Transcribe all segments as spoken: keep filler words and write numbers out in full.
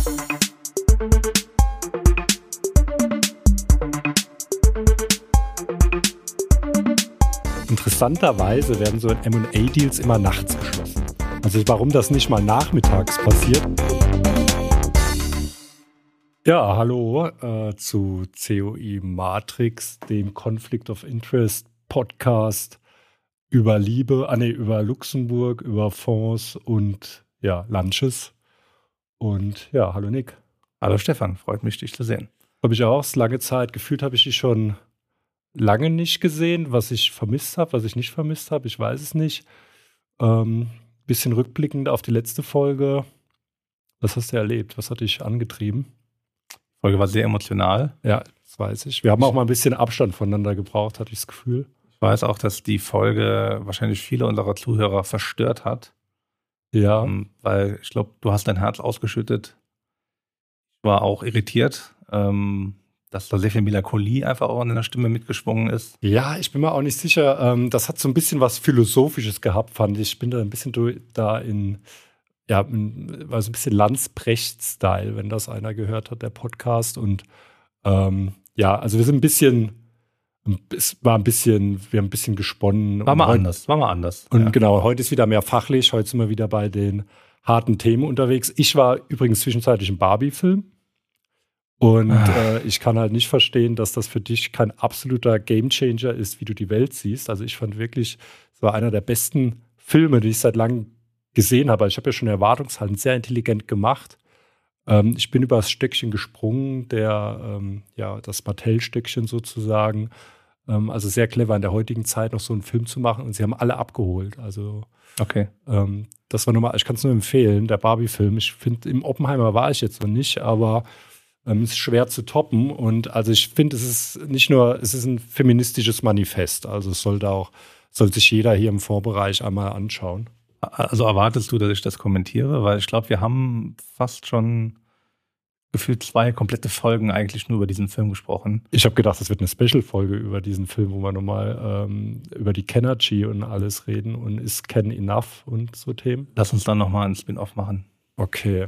Interessanterweise werden so M und A-Deals immer nachts geschlossen. Also warum das nicht mal nachmittags passiert? Ja, hallo äh, zu C O I Matrix, dem Conflict of Interest Podcast über Liebe, ah nee, über Luxemburg, über Fonds und ja, Lunches. Und ja, hallo Nick. Hallo Stefan, freut mich, dich zu sehen. Habe ich auch, lange Zeit, gefühlt habe ich dich schon lange nicht gesehen, was ich vermisst habe, was ich nicht vermisst habe, ich weiß es nicht. Ähm, bisschen rückblickend auf die letzte Folge. Was hast du erlebt? Was hat dich angetrieben? Die Folge war sehr emotional. Ja, das weiß ich. Wir haben auch mal ein bisschen Abstand voneinander gebraucht, hatte ich das Gefühl. Ich weiß auch, dass die Folge wahrscheinlich viele unserer Zuhörer verstört hat. Ja. Ähm, weil ich glaube, du hast dein Herz ausgeschüttet. Ich war auch irritiert, ähm, dass da sehr viel Melancholie einfach auch in der Stimme mitgeschwungen ist. Ja, ich bin mir auch nicht sicher. Ähm, das hat so ein bisschen was Philosophisches gehabt, fand ich. Ich bin da ein bisschen durch, da in, ja, in, war so ein bisschen Landsprecht-Style, wenn das einer gehört hat, der Podcast. Und ähm, ja, also wir sind ein bisschen, es war ein bisschen, wir haben ein bisschen gesponnen. War mal heute, anders, war mal anders. Und ja. genau, heute ist wieder mehr fachlich. Heute sind wir wieder bei den harten Themen unterwegs. Ich war übrigens zwischenzeitlich im Barbie-Film. Und äh, ich kann halt nicht verstehen, dass das für dich kein absoluter Gamechanger ist, wie du die Welt siehst. Also ich fand wirklich, es war einer der besten Filme, die ich seit langem gesehen habe. Ich habe ja schon Erwartungshaltung sehr intelligent gemacht. Ähm, ich bin über das Stöckchen gesprungen, der, ähm, ja, das Mattel-Stöckchen sozusagen. Ähm, also sehr clever in der heutigen Zeit noch so einen Film zu machen. Und sie haben alle abgeholt. Also okay. Ähm, das war nochmal, ich kann es nur empfehlen, der Barbie-Film. Ich finde, im Oppenheimer war ich jetzt noch nicht, aber Ähm, ist schwer zu toppen. Und also ich finde, es ist nicht nur, es ist ein feministisches Manifest. Also es sollte auch, soll sich jeder hier im Fondsbereich einmal anschauen. Also erwartest du, dass ich das kommentiere? Weil ich glaube, wir haben fast schon gefühlt zwei komplette Folgen eigentlich nur über diesen Film gesprochen. Ich habe gedacht, es wird eine Special-Folge über diesen Film, wo wir nochmal ähm, über die Kennergy und alles reden und ist Ken enough und so Themen. Lass uns dann nochmal einen Spin-off machen. Okay.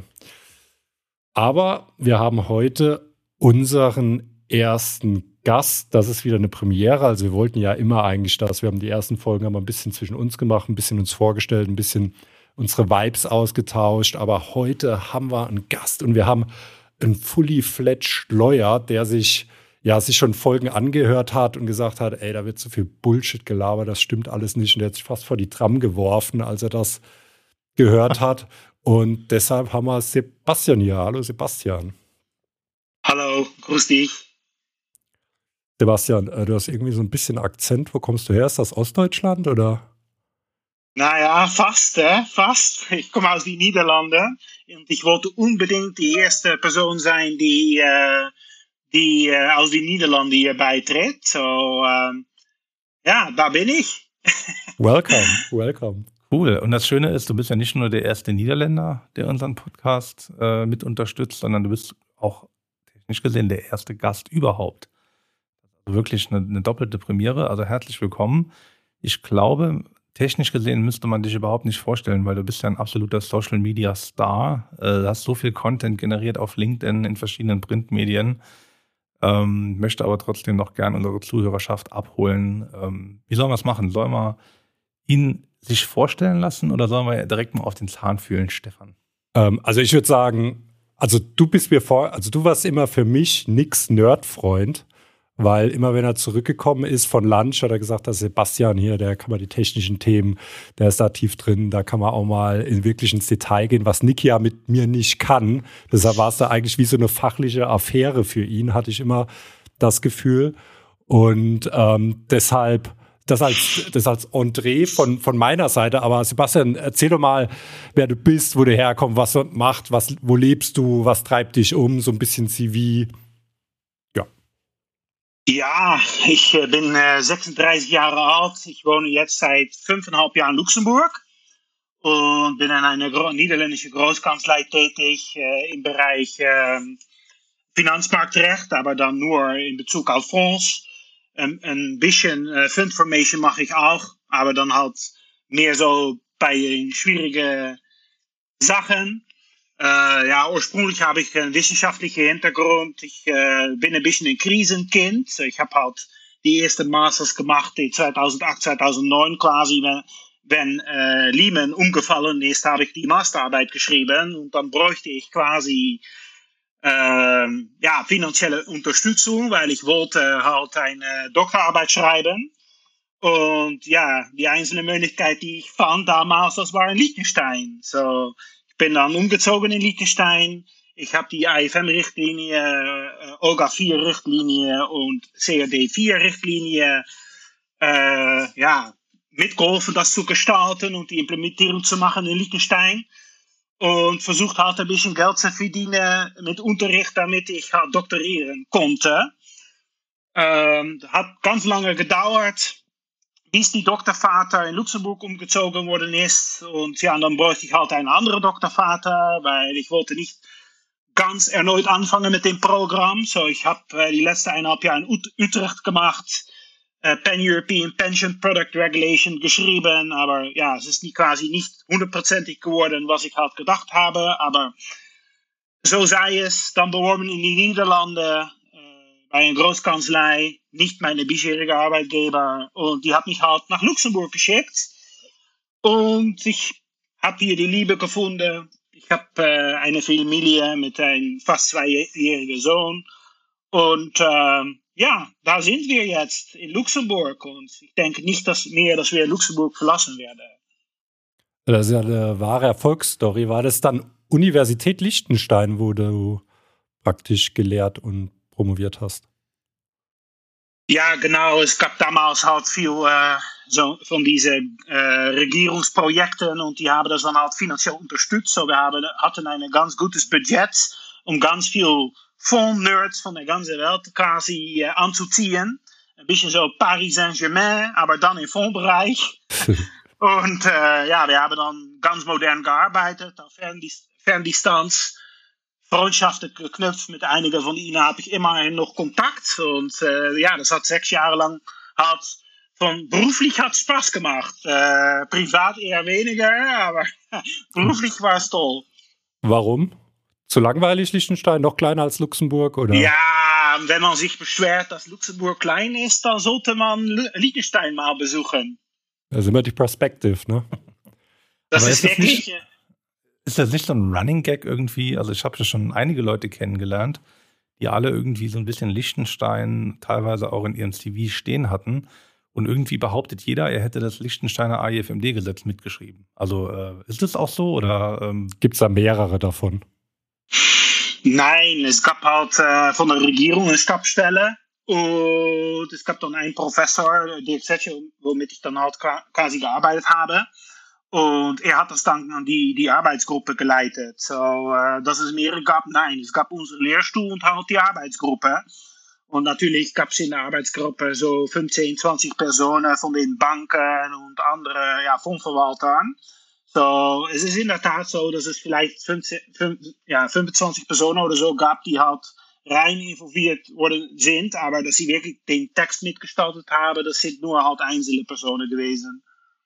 Aber wir haben heute unseren ersten Gast. Das ist wieder eine Premiere. Also wir wollten ja immer eigentlich das. Wir haben die ersten Folgen haben wir ein bisschen zwischen uns gemacht, ein bisschen uns vorgestellt, ein bisschen unsere Vibes ausgetauscht. Aber heute haben wir einen Gast und wir haben einen fully-fledged Lawyer, der sich ja sich schon Folgen angehört hat und gesagt hat, ey, da wird so viel Bullshit gelabert, das stimmt alles nicht. Und der hat sich fast vor die Tram geworfen, als er das gehört hat. Und deshalb haben wir Sebastian hier. Hallo Sebastian. Hallo, grüß dich. Sebastian, du hast irgendwie so ein bisschen Akzent. Wo kommst du her? Ist das Ostdeutschland oder? Naja, fast, äh, fast. Ich komme aus den Niederlanden und ich wollte unbedingt die erste Person sein, die, äh, die äh, aus den Niederlanden hier beitritt. So, ähm, ja, da bin ich. Welcome, welcome. Cool. Und das Schöne ist, du bist ja nicht nur der erste Niederländer, der unseren Podcast äh, mit unterstützt, sondern du bist auch technisch gesehen der erste Gast überhaupt. Also wirklich eine, eine doppelte Premiere. Also herzlich willkommen. Ich glaube, technisch gesehen müsste man dich überhaupt nicht vorstellen, weil du bist ja ein absoluter Social-Media-Star. Äh, du hast so viel Content generiert auf LinkedIn, in verschiedenen Printmedien. Ähm, möchte aber trotzdem noch gern unsere Zuhörerschaft abholen. Ähm, wie sollen wir es machen? Sollen wir ihn sich vorstellen lassen oder sollen wir direkt mal auf den Zahn fühlen, Stefan? Ähm, also ich würde sagen, also du bist mir vor, also du warst immer für mich nix Nerd-Freund, weil immer wenn er zurückgekommen ist von Lunch, hat er gesagt, dass Sebastian hier, der kann mal die technischen Themen, der ist da tief drin, da kann man auch mal in wirklich ins Detail gehen, was Nick ja mit mir nicht kann. Deshalb war es da eigentlich wie so eine fachliche Affäre für ihn, hatte ich immer das Gefühl. Und ähm, deshalb Das als, das als Entree von, von meiner Seite. Aber Sebastian, erzähl doch mal, wer du bist, wo du herkommst, was du machst, was, wo lebst du, was treibt dich um, so ein bisschen C V. Ja. Ja, ich bin äh, sechsunddreißig Jahre alt. Ich wohne jetzt seit fünfeinhalb Jahren in Luxemburg und bin in einer gro- niederländischen Großkanzlei tätig äh, im Bereich äh, Finanzmarktrecht, aber dann nur in Bezug auf Fonds. Ein, ein bisschen äh, Fundformation mache ich auch, aber dann halt mehr so bei schwierigen Sachen. Äh, ja, ursprünglich habe ich einen wissenschaftlichen Hintergrund. Ich äh, bin ein bisschen ein Krisenkind. Ich habe halt die erste Masters gemacht, die zweitausendacht, zweitausendneun quasi, wenn, wenn äh, Lehman umgefallen ist, habe ich die Masterarbeit geschrieben und dann bräuchte ich quasi äh, ja, finanzielle Unterstützung, weil ich wollte halt eine Doktorarbeit schreiben. Und ja, die einzelne Möglichkeit, die ich fand damals, das war in Liechtenstein. So, ich bin dann umgezogen in Liechtenstein. Ich habe die I F M-Richtlinie, äh, O G A vier Richtlinie und C R D vier Richtlinie äh, ja, mitgeholfen, das zu gestalten und die Implementierung zu machen in Liechtenstein. Und versucht halt ein bisschen Geld zu verdienen mit Unterricht, damit ich halt doktorieren konnte. Ähm, hat ganz lange gedauert, bis die Doktorvater in Luxemburg umgezogen worden ist. Und ja, dann bräuchte ich halt einen anderen Doktorvater, weil ich wollte nicht ganz erneut anfangen mit dem Programm. So, ich habe äh, die letzten eineinhalb Jahre in Ut- Utrecht gemacht, äh, Pan-European Pension Product Regulation geschrieben, aber ja, es ist nie, quasi nicht hundertprozentig geworden, was ich halt gedacht habe, aber so sei es, dann beworben in die Niederlande, bei einer Großkanzlei, nicht meine bisherige Arbeitgeber. Und die hat mich halt nach Luxemburg geschickt. Und ich habe hier die Liebe gefunden. Ich habe äh, eine Familie mit einem fast zweijährigen Sohn. Und äh, ja, da sind wir jetzt in Luxemburg. Und ich denke nicht dass mehr, dass wir Luxemburg verlassen werden. Das ist ja eine wahre Erfolgsstory. War das dann Universität Liechtenstein, wo du praktisch gelehrt und promoviert hast? Ja, genau. Es gab damals halt viel äh, so von diesen äh, Regierungsprojekten und die haben das dann halt finanziell unterstützt. So, wir haben, hatten ein ganz gutes Budget, um ganz viel Fond-Nerds von der ganzen Welt quasi äh, anzuziehen. Ein bisschen so Paris Saint-Germain, aber dann im Fondsbereich. Und äh, ja, wir haben dann ganz modern gearbeitet, auf Ferndistanz. Ferndistanz. Freundschaften geknüpft, mit einigen von ihnen habe ich immerhin noch Kontakt und äh, ja, das hat sechs Jahre lang halt von beruflich hat Spaß gemacht, äh, privat eher weniger, aber beruflich war es toll. Warum? Zu langweilig Liechtenstein, noch kleiner als Luxemburg, oder? Ja, wenn man sich beschwert, dass Luxemburg klein ist, dann sollte man Liechtenstein mal besuchen. Das ist immer die Perspektive, ne? Das aber ist, ist das wirklich... nicht Ist das nicht so ein Running Gag irgendwie? Also ich habe ja schon einige Leute kennengelernt, die alle irgendwie so ein bisschen Liechtenstein teilweise auch in ihrem C V stehen hatten. Und irgendwie behauptet jeder, er hätte das Liechtensteiner A I F M D-Gesetz mitgeschrieben. Also äh, ist das auch so? Oder ähm gibt es da mehrere davon? Nein, es gab halt äh, von der Regierung eine Stabsstelle. Und es gab dann einen Professor, Dirk Zetsche, womit ich dann halt quasi gearbeitet habe. Und er hat das dann an die, die Arbeitsgruppe geleitet. So, äh, dass es mehrere gab, nein. Es gab unsere Lehrstuhl und halt die Arbeitsgruppe. Und natürlich gab es in der Arbeitsgruppe so fünfzehn, zwanzig Personen von den Banken und andere ja, Fondsverwaltern. So, es ist in der Tat so, dass es vielleicht fünfzehn, fünf, ja, fünfundzwanzig Personen oder so gab, die halt rein involviert worden sind. Aber dass sie wirklich den Text mitgestaltet haben, das sind nur halt einzelne Personen gewesen.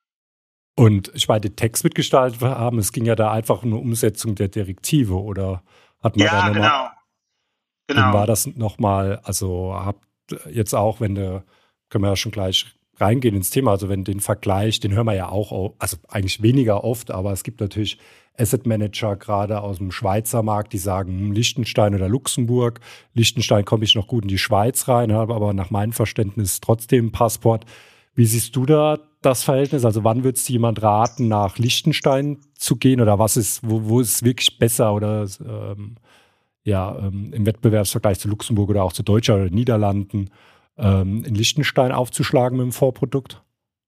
Und ich meine, den Text mitgestaltet haben, es ging ja da einfach um eine Umsetzung der Direktive, oder hat man ja, da nochmal... genau. genau. Und war das nochmal, also habt jetzt auch, wenn du, können wir ja schon gleich reingehen ins Thema, also wenn den Vergleich, den hören wir ja auch, also eigentlich weniger oft, aber es gibt natürlich Asset Manager gerade aus dem Schweizer Markt, die sagen, Liechtenstein oder Luxemburg. Liechtenstein komme ich noch gut in die Schweiz rein, habe aber nach meinem Verständnis trotzdem ein Passport. Wie siehst du da das Verhältnis? Also wann würdest du jemand raten, nach Liechtenstein zu gehen, oder was ist, wo, wo ist es wirklich besser oder ähm, ja, ähm, im Wettbewerbsvergleich zu Luxemburg oder auch zu Deutschland oder Niederlanden ähm, in Liechtenstein aufzuschlagen mit dem Vorprodukt?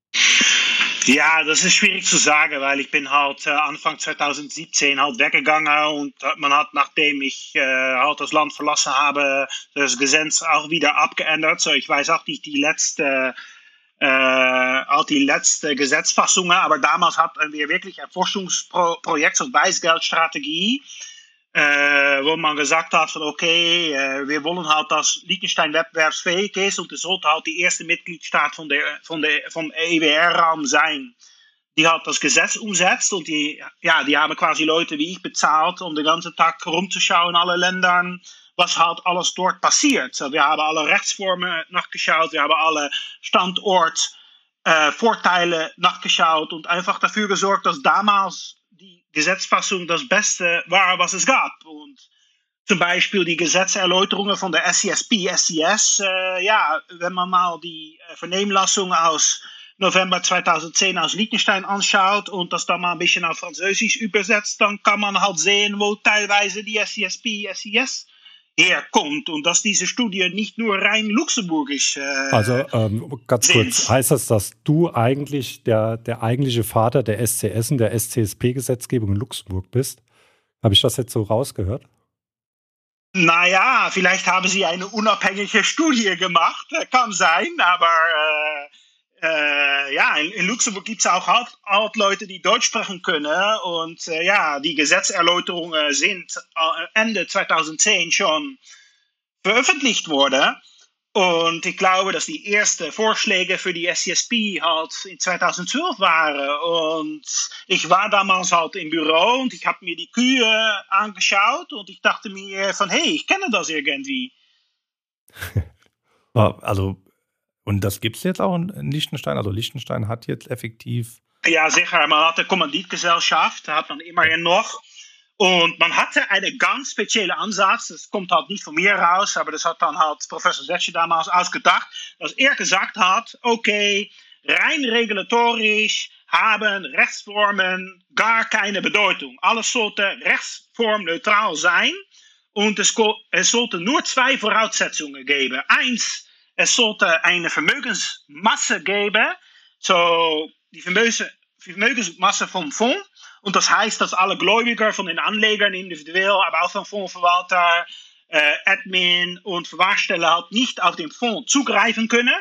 Ja, das ist schwierig zu sagen, weil ich bin halt äh, Anfang zwanzig siebzehn halt weggegangen und man hat, nachdem ich äh, halt das Land verlassen habe, das Gesetz auch wieder abgeändert. So, ich weiß auch nicht die letzte äh, auch die letzte Gesetzfassungen, aber damals hatten wir wirklich ein Forschungsprojekt, so eine Weißgeldstrategie, äh, wo man gesagt hat, von okay, äh, wir wollen halt, dass Liechtenstein wettbewerbsfähig ist und es sollte halt die erste Mitgliedstaat von der, von der, vom E W R-Raum sein, die halt das Gesetz umsetzt und die, ja, die haben quasi Leute wie ich bezahlt, um den ganzen Tag rumzuschauen in alle Ländern, was halt alles dort passiert. So, wir haben alle Rechtsformen nachgeschaut, wir haben alle Standortvorteile äh, nachgeschaut und einfach dafür gesorgt, dass damals die Gesetzfassung das Beste war, was es gab. Und zum Beispiel die Gesetzerläuterungen von der S C S P, S C S, äh, ja, wenn man mal die äh, Vernehmlassung aus November zweitausendzehn aus Liechtenstein anschaut und das dann mal ein bisschen auf Französisch übersetzt, dann kann man halt sehen, wo teilweise die S C S P, S C S herkommt und dass diese Studie nicht nur rein luxemburgisch äh, Also ähm, ganz sind. kurz, heißt das, dass du eigentlich der, der eigentliche Vater der S C S und der S C S P-Gesetzgebung in Luxemburg bist? Habe ich das jetzt so rausgehört? Naja, vielleicht haben sie eine unabhängige Studie gemacht, kann sein, aber äh, äh, ja, in, in Luxemburg gibt es auch halt, halt Leute, die Deutsch sprechen können und äh, ja, die Gesetzerläuterungen sind äh, Ende zweitausendzehn schon veröffentlicht worden und ich glaube, dass die ersten Vorschläge für die S C S P halt in zweitausendzwölf waren und ich war damals halt im Büro und ich habe mir die Kühe angeschaut und ich dachte mir von, hey, ich kenne das irgendwie. Also, und das gibt es jetzt auch in Liechtenstein? Also Liechtenstein hat jetzt effektiv... Ja, sicher. Man hat eine Kommanditgesellschaft, da hat man immerhin noch. Und man hatte einen ganz speziellen Ansatz, das kommt halt nicht von mir raus, aber das hat dann halt Professor Zetsche damals ausgedacht, dass er gesagt hat, okay, rein regulatorisch haben Rechtsformen gar keine Bedeutung. Alles sollte rechtsformneutral sein und es, es sollte nur zwei Voraussetzungen geben. Eins, es sollte eine Vermögensmasse geben, so die Vermögensmasse vom Fonds. Und das heißt, dass alle Gläubiger von den Anlegern individuell, aber auch vom Fondsverwalter, äh, Admin und Verwahrsteller halt nicht auf den Fonds zugreifen können.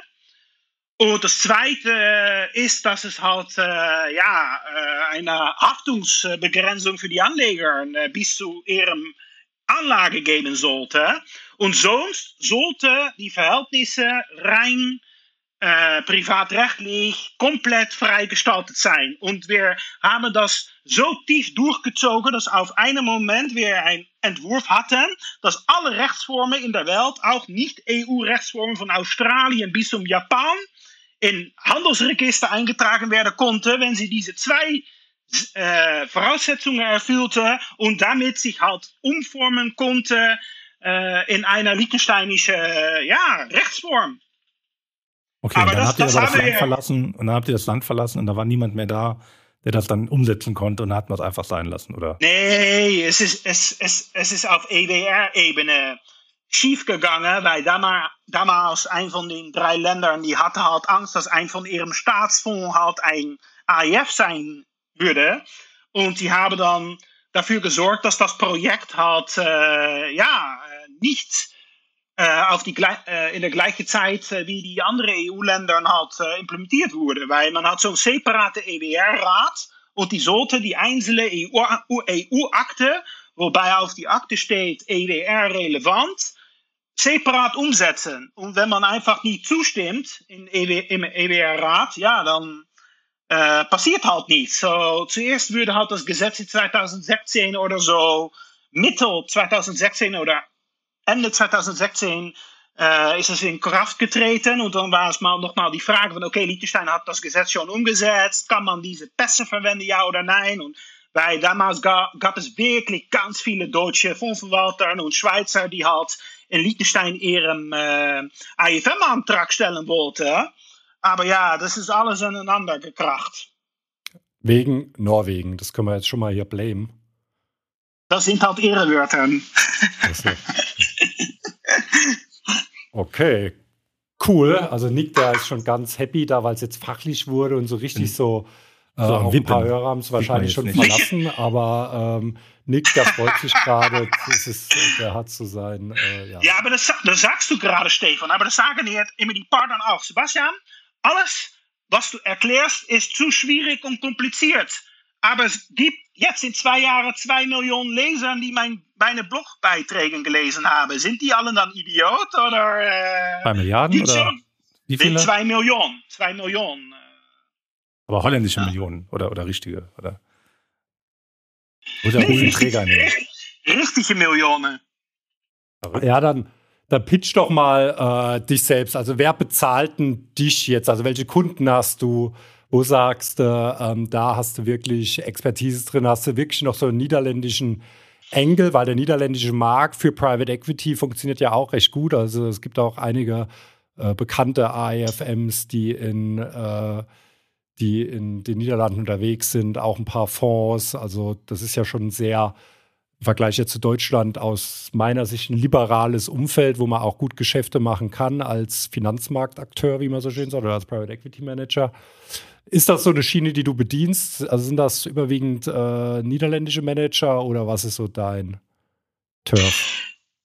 Und das Zweite ist, dass es halt äh, ja, äh, eine Haftungsbegrenzung für die Anleger äh, bis zu ihrem Anlage geben sollte. Und sonst sollte die Verhältnisse rein äh, privatrechtlich komplett frei gestaltet sein. Und wir haben das so tief durchgezogen, dass auf einen Moment wir einen Entwurf hatten, dass alle Rechtsformen in der Welt, auch nicht E U-Rechtsformen von Australien bis zum Japan, in Handelsregister eingetragen werden konnten, wenn sie diese zwei äh, Voraussetzungen erfüllte und damit sich halt umformen konnte äh, in eine liechtensteinische äh, ja, Rechtsform. Okay, aber und dann das, habt ihr das aber das haben Land wir, verlassen und dann habt ihr das Land verlassen und da war niemand mehr da, der das dann umsetzen konnte und dann hat man es einfach sein lassen, oder? Nee, es ist, es, es, es ist auf E W R-Ebene schief gegangen, weil damals, damals ein von den drei Ländern, die hatte halt Angst, dass ein von ihrem Staatsfonds halt ein A I F sein würde. Und die haben dann dafür gesorgt, dass das Projekt halt äh, ja, nicht äh, auf die, äh, in der gleichen Zeit äh, wie die anderen E U-Länder halt äh, implementiert wurde. Weil man hat so einen separaten E W R-Rat und die sollte die einzelne E U-Akte, wobei auf die Akte steht E W R-relevant, separat umsetzen. Und wenn man einfach nicht zustimmt in E W, im E W R-Rat, ja, dann äh, passiert halt nichts. So, zuerst würde halt das Gesetz in zweitausendsechzehn oder so, Mitte zweitausendsechzehn oder Ende zweitausendsechzehn äh, ist es in Kraft getreten. Und dann war es mal nochmal die Frage von, okay, Liechtenstein hat das Gesetz schon umgesetzt. Kann man diese Pässe verwenden, ja oder nein? Und weil damals gab, gab es wirklich ganz viele deutsche Fondsverwalter und Schweizer, die halt in Liechtenstein ihren äh, A I F M-Antrag stellen wollten. Aber ja, das ist alles aneinander gekracht. Wegen Norwegen, das können wir jetzt schon mal hier blamen. Das sind halt ihre Wörter. Also. Okay, cool. Also Nick, der ist schon ganz happy da, weil es jetzt fachlich wurde und so richtig so, äh, So, auch ein paar Hörer haben es wahrscheinlich schon nicht. verlassen, aber ähm, Nick, der freut sich gerade, das ist, der hat so sein, äh, ja. Ja, aber das, das sagst du gerade, Stefan, aber das sagen die immer die Partner auch. Sebastian, alles, was du erklärst, ist zu schwierig und kompliziert. Aber es gibt jetzt in zwei Jahren zwei Millionen Leser, die mein, meine Blogbeiträge gelesen haben. Sind die alle dann Idiot? Oder, äh, Zwei Milliarden? Oder schon? wie viele? Zwei Millionen. Zwei Millionen. Aber holländische ja. Millionen oder, oder richtige, oder? Oder nee, Träger nehmen. Richtige Millionen. Ja, dann, dann pitch doch mal äh, dich selbst. Also wer bezahlt denn dich jetzt? Also welche Kunden hast du? Wo sagst du, ähm, da hast du wirklich Expertise drin? Hast du wirklich noch so einen niederländischen Angle? Weil der niederländische Markt für Private Equity funktioniert ja auch recht gut. Also es gibt auch einige äh, bekannte A I F Ms, die in äh, die in den Niederlanden unterwegs sind, auch ein paar Fonds. Also das ist ja schon sehr, im Vergleich jetzt zu Deutschland, aus meiner Sicht ein liberales Umfeld, wo man auch gut Geschäfte machen kann als Finanzmarktakteur, wie man so schön sagt, oder als Private Equity Manager. Ist das so eine Schiene, die du bedienst? Also sind das überwiegend äh, niederländische Manager oder was ist so dein Turf?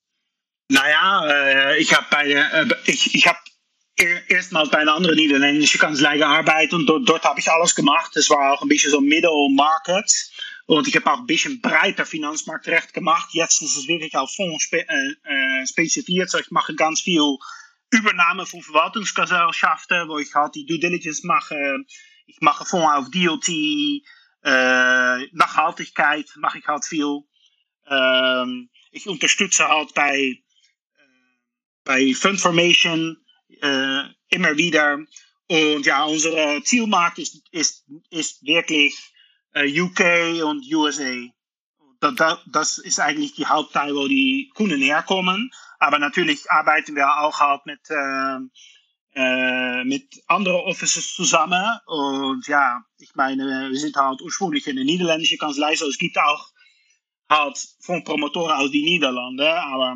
Naja, äh, ich habe bei äh, ich, ich habe erstmal bei einer anderen niederländische Kanzlei gearbeitet und dort, dort habe ich alles gemacht. Es war auch ein bisschen so Middle Market und ich habe auch ein bisschen breiter Finanzmarktrecht gemacht. Jetzt ist es wirklich auf Fonds spe äh, spezifiziert. So ich mache ganz viel Übernahme von Verwaltungsgesellschaften, wo ich halt die Due Diligence mache. Ich mache Fonds auf D L T, äh, Nachhaltigkeit mache ich halt viel. Ähm, ich unterstütze halt bei, äh, bei Fund Formation äh, immer wieder. Und ja, unsere Zielmarkt ist, ist, ist wirklich äh, U K und U S A. Das, das, das ist eigentlich die Hauptteil, wo die Kunden herkommen. Aber natürlich arbeiten wir auch halt mit, äh, äh, mit anderen Offices zusammen. Und ja, ich meine, wir sind halt ursprünglich in der niederländischen Kanzlei, so es gibt auch halt Fondspromotoren aus den Niederlanden. Aber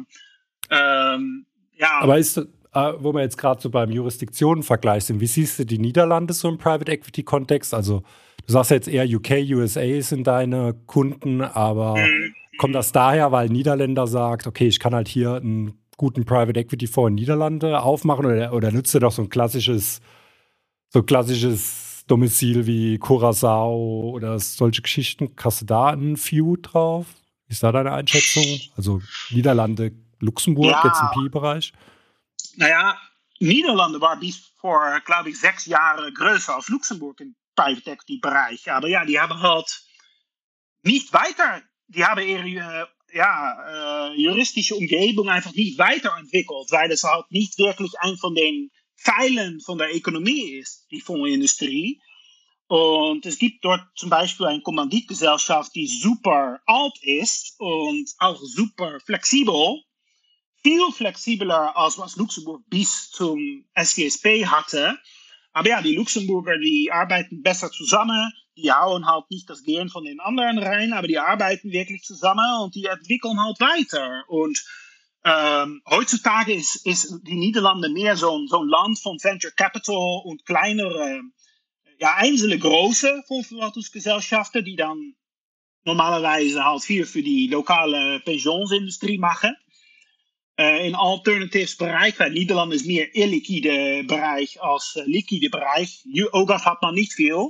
ähm, ja. Aber ist, äh, wo wir jetzt gerade so beim Jurisdiktionenvergleich sind, wie siehst du die Niederlande so im Private Equity Kontext? Also du sagst jetzt eher U K, U S A sind deine Kunden, aber mhm. kommt das daher, weil ein Niederländer sagt, okay, ich kann halt hier einen guten Private Equity Fonds in Niederlande aufmachen oder, oder nutzt du doch so ein klassisches, so klassisches Domizil wie Curaçao oder solche Geschichten? Hast du da einen View drauf? Wie ist da deine Einschätzung? Also Niederlande, Luxemburg, ja. Jetzt im P I-Bereich? Naja, Niederlande war bis vor, glaube ich, sechs Jahre größer als Luxemburg im Private Equity Bereich. Aber ja, die haben halt nicht weiter, die haben ihre ja, äh, juristische Umgebung einfach nicht weiterentwickelt, weil es halt nicht wirklich ein von den Pfeilen von der Ökonomie ist, die Fondsindustrie. Und es gibt dort zum Beispiel eine Kommanditgesellschaft, die super alt ist und auch super flexibel. Viel flexibler als was Luxemburg bis zum S G S P hatte. Aber ja, die Luxemburger, die arbeiten besser zusammen. Die hauen halt nicht das Gehirn von den anderen rein, aber die arbeiten wirklich zusammen und die entwickeln halt weiter. Und ähm, heutzutage ist, ist die Niederlande mehr so, so ein Land von Venture Capital und kleinere, ja, einzelne große Fondsverwaltungsgesellschaften, die dann normalerweise halt viel für die lokale Pensionsindustrie machen. Uh, in alternatives Bereich, weil Nederland is meer illiquide Bereich als uh, liquide Bereich. O G A F hat man nicht viel.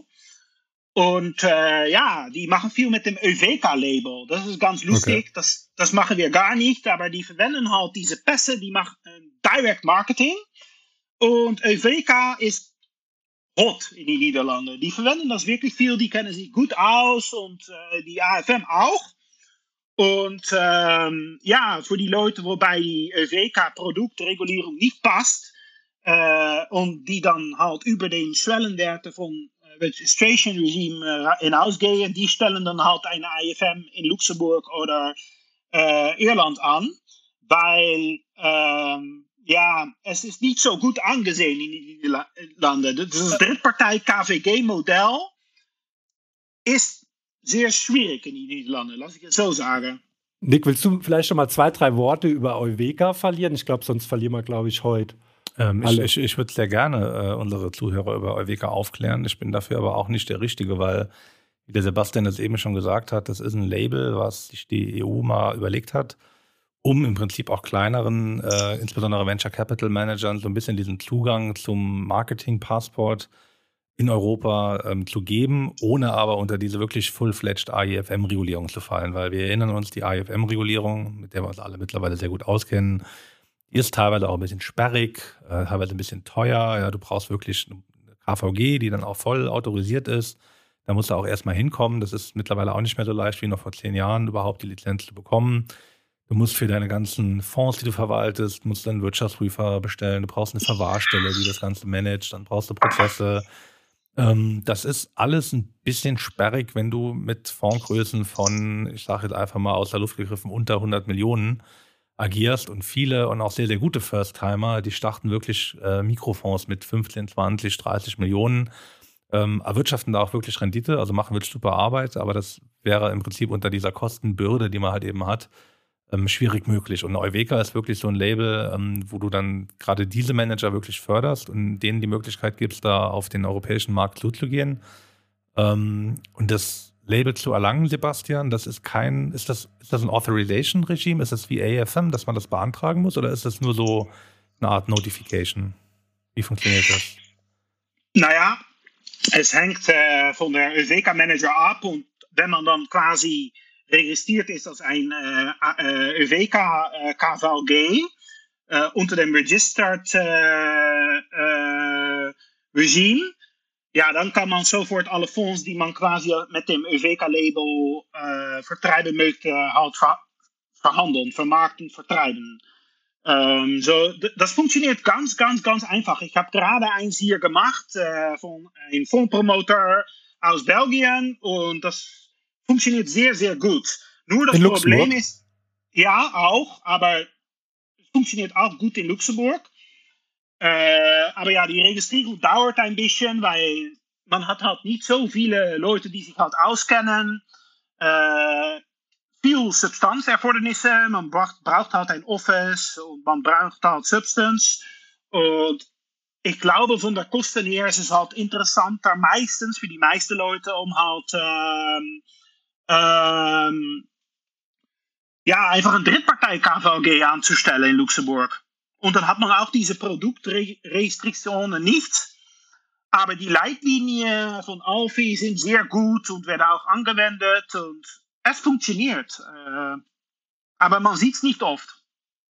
Und uh, ja, die machen viel mit dem Euveca-Label. Das ist ganz lustig. Okay. Das, das machen wir gar nicht. Aber die verwenden halt diese Pässe, die machen uh, Direct Marketing. Und Euveca ist hot in die Niederlande. Die verwenden das wirklich viel. Die kennen sich gut aus. Und uh, die A F M auch. Und ähm, ja, für die Leute, wobei die Euveca-Produktregulierung nicht passt äh, und die dann halt über den Schwellenwerte von äh, Registration Regime äh, hinausgehen, die stellen dann halt eine A F M in Luxemburg oder äh, Irland an, weil ähm, ja, es ist nicht so gut angesehen in die Niederlande. Das Drittpartei-K V G-Modell ist sehr schwierig in die Niederlande, lass ich es so sagen. Nick, willst du vielleicht schon mal zwei, drei Worte über Euveca verlieren? Ich glaube, sonst verlieren wir, glaube ich, heute. Ähm, ich ich, ich würde sehr gerne äh, unsere Zuhörer über Euveca aufklären. Ich bin dafür aber auch nicht der Richtige, weil, wie der Sebastian das eben schon gesagt hat, das ist ein Label, was sich die E U mal überlegt hat, um im Prinzip auch kleineren, äh, insbesondere Venture Capital Managern, so ein bisschen diesen Zugang zum Marketing-Passport in Europa ähm, zu geben, ohne aber unter diese wirklich full-fledged A I F M-Regulierung zu fallen, weil wir erinnern uns, die A I F M-Regulierung, mit der wir uns alle mittlerweile sehr gut auskennen, die ist teilweise auch ein bisschen sperrig, äh, teilweise ein bisschen teuer. Ja, du brauchst wirklich eine K V G, die dann auch voll autorisiert ist. Da musst du auch erstmal hinkommen. Das ist mittlerweile auch nicht mehr so leicht wie noch vor zehn Jahren, überhaupt die Lizenz zu bekommen. Du musst für deine ganzen Fonds, die du verwaltest, musst du einen Wirtschaftsprüfer bestellen. Du brauchst eine Verwahrstelle, die das Ganze managt. Dann brauchst du Prozesse. Ähm, das ist alles ein bisschen sperrig, wenn du mit Fondsgrößen von, ich sage jetzt einfach mal aus der Luft gegriffen, unter hundert Millionen agierst. Und viele und auch sehr, sehr gute First-Timer, die starten wirklich äh, Mikrofonds mit fünfzehn, zwanzig, dreißig Millionen. Ähm, erwirtschaften da auch wirklich Rendite, also machen wirklich super Arbeit. Aber das wäre im Prinzip unter dieser Kostenbürde, die man halt eben hat, Ähm, schwierig möglich. Und Euveca ist wirklich so ein Label, ähm, wo du dann gerade diese Manager wirklich förderst und denen die Möglichkeit gibst, da auf den europäischen Markt zuzugehen. Ähm, und das Label zu erlangen, Sebastian, das ist kein, ist das, ist das ein Authorization-Regime? Ist das wie A F M, dass man das beantragen muss? Oder ist das nur so eine Art Notification? Wie funktioniert das? Naja, es hängt äh, von der Euveca-Manager ab und wenn man dann quasi registriert ist als ein äh, äh, Euveca äh, K V G äh, unter dem Registered äh, äh, Regime, ja, dann kann man sofort alle Fonds, die man quasi mit dem Euveca-Label äh, vertreiben möchte, halt ver verhandeln, vermarkten, vertreiben. Ähm, so, das funktioniert ganz, ganz, ganz einfach. Ich habe gerade eins hier gemacht äh, von einem Fondspromoter aus Belgien und das funktioniert sehr, sehr gut. Nur das in Problem Luxemburg? ist, ja, auch, aber es funktioniert auch gut in Luxemburg. Äh, aber ja, die Registrierung dauert ein bisschen, weil man hat halt nicht so viele Leute, die sich halt auskennen. Äh, viel Substanzerfordernisse, man braucht, braucht halt ein Office und man braucht halt Substance. Und ich glaube, von der Kosten her ist es halt interessanter, meistens für die meisten Leute, um halt ähm, ähm, ja, einfach een Drittpartei-K V G anzustellen in Luxemburg. Und dann hat man auch diese Produktrestriktionen nicht. Aber die Leitlinien von Alfie sind sehr gut und werden auch angewendet. Und es funktioniert. Aber man sieht es nicht oft.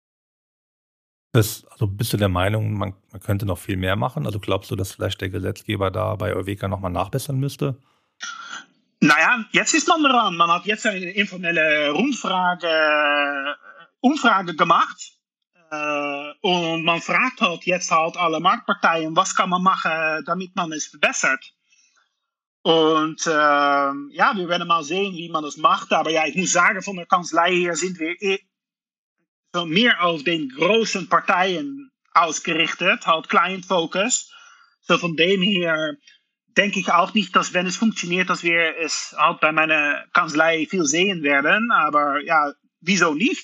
Das, also bist du der Meinung, man, man könnte noch viel mehr machen? Also glaubst du, dass vielleicht der Gesetzgeber da bei Euveca nochmal nachbessern müsste? Naja, jetzt ist man dran. Man hat jetzt eine informelle Rundfrage, Umfrage gemacht. Äh, und man fragt halt jetzt halt alle Marktparteien, was kann man machen, damit man es verbessert. Und äh, ja, wir werden mal sehen, wie man das macht. Aber ja, ich muss sagen, von der Kanzlei her sind wir eh so mehr auf den großen Parteien ausgerichtet, halt Client Focus. So von dem her denke ich auch nicht, dass wenn es funktioniert, dass wir es halt bei meiner Kanzlei viel sehen werden. Aber ja, wieso nicht?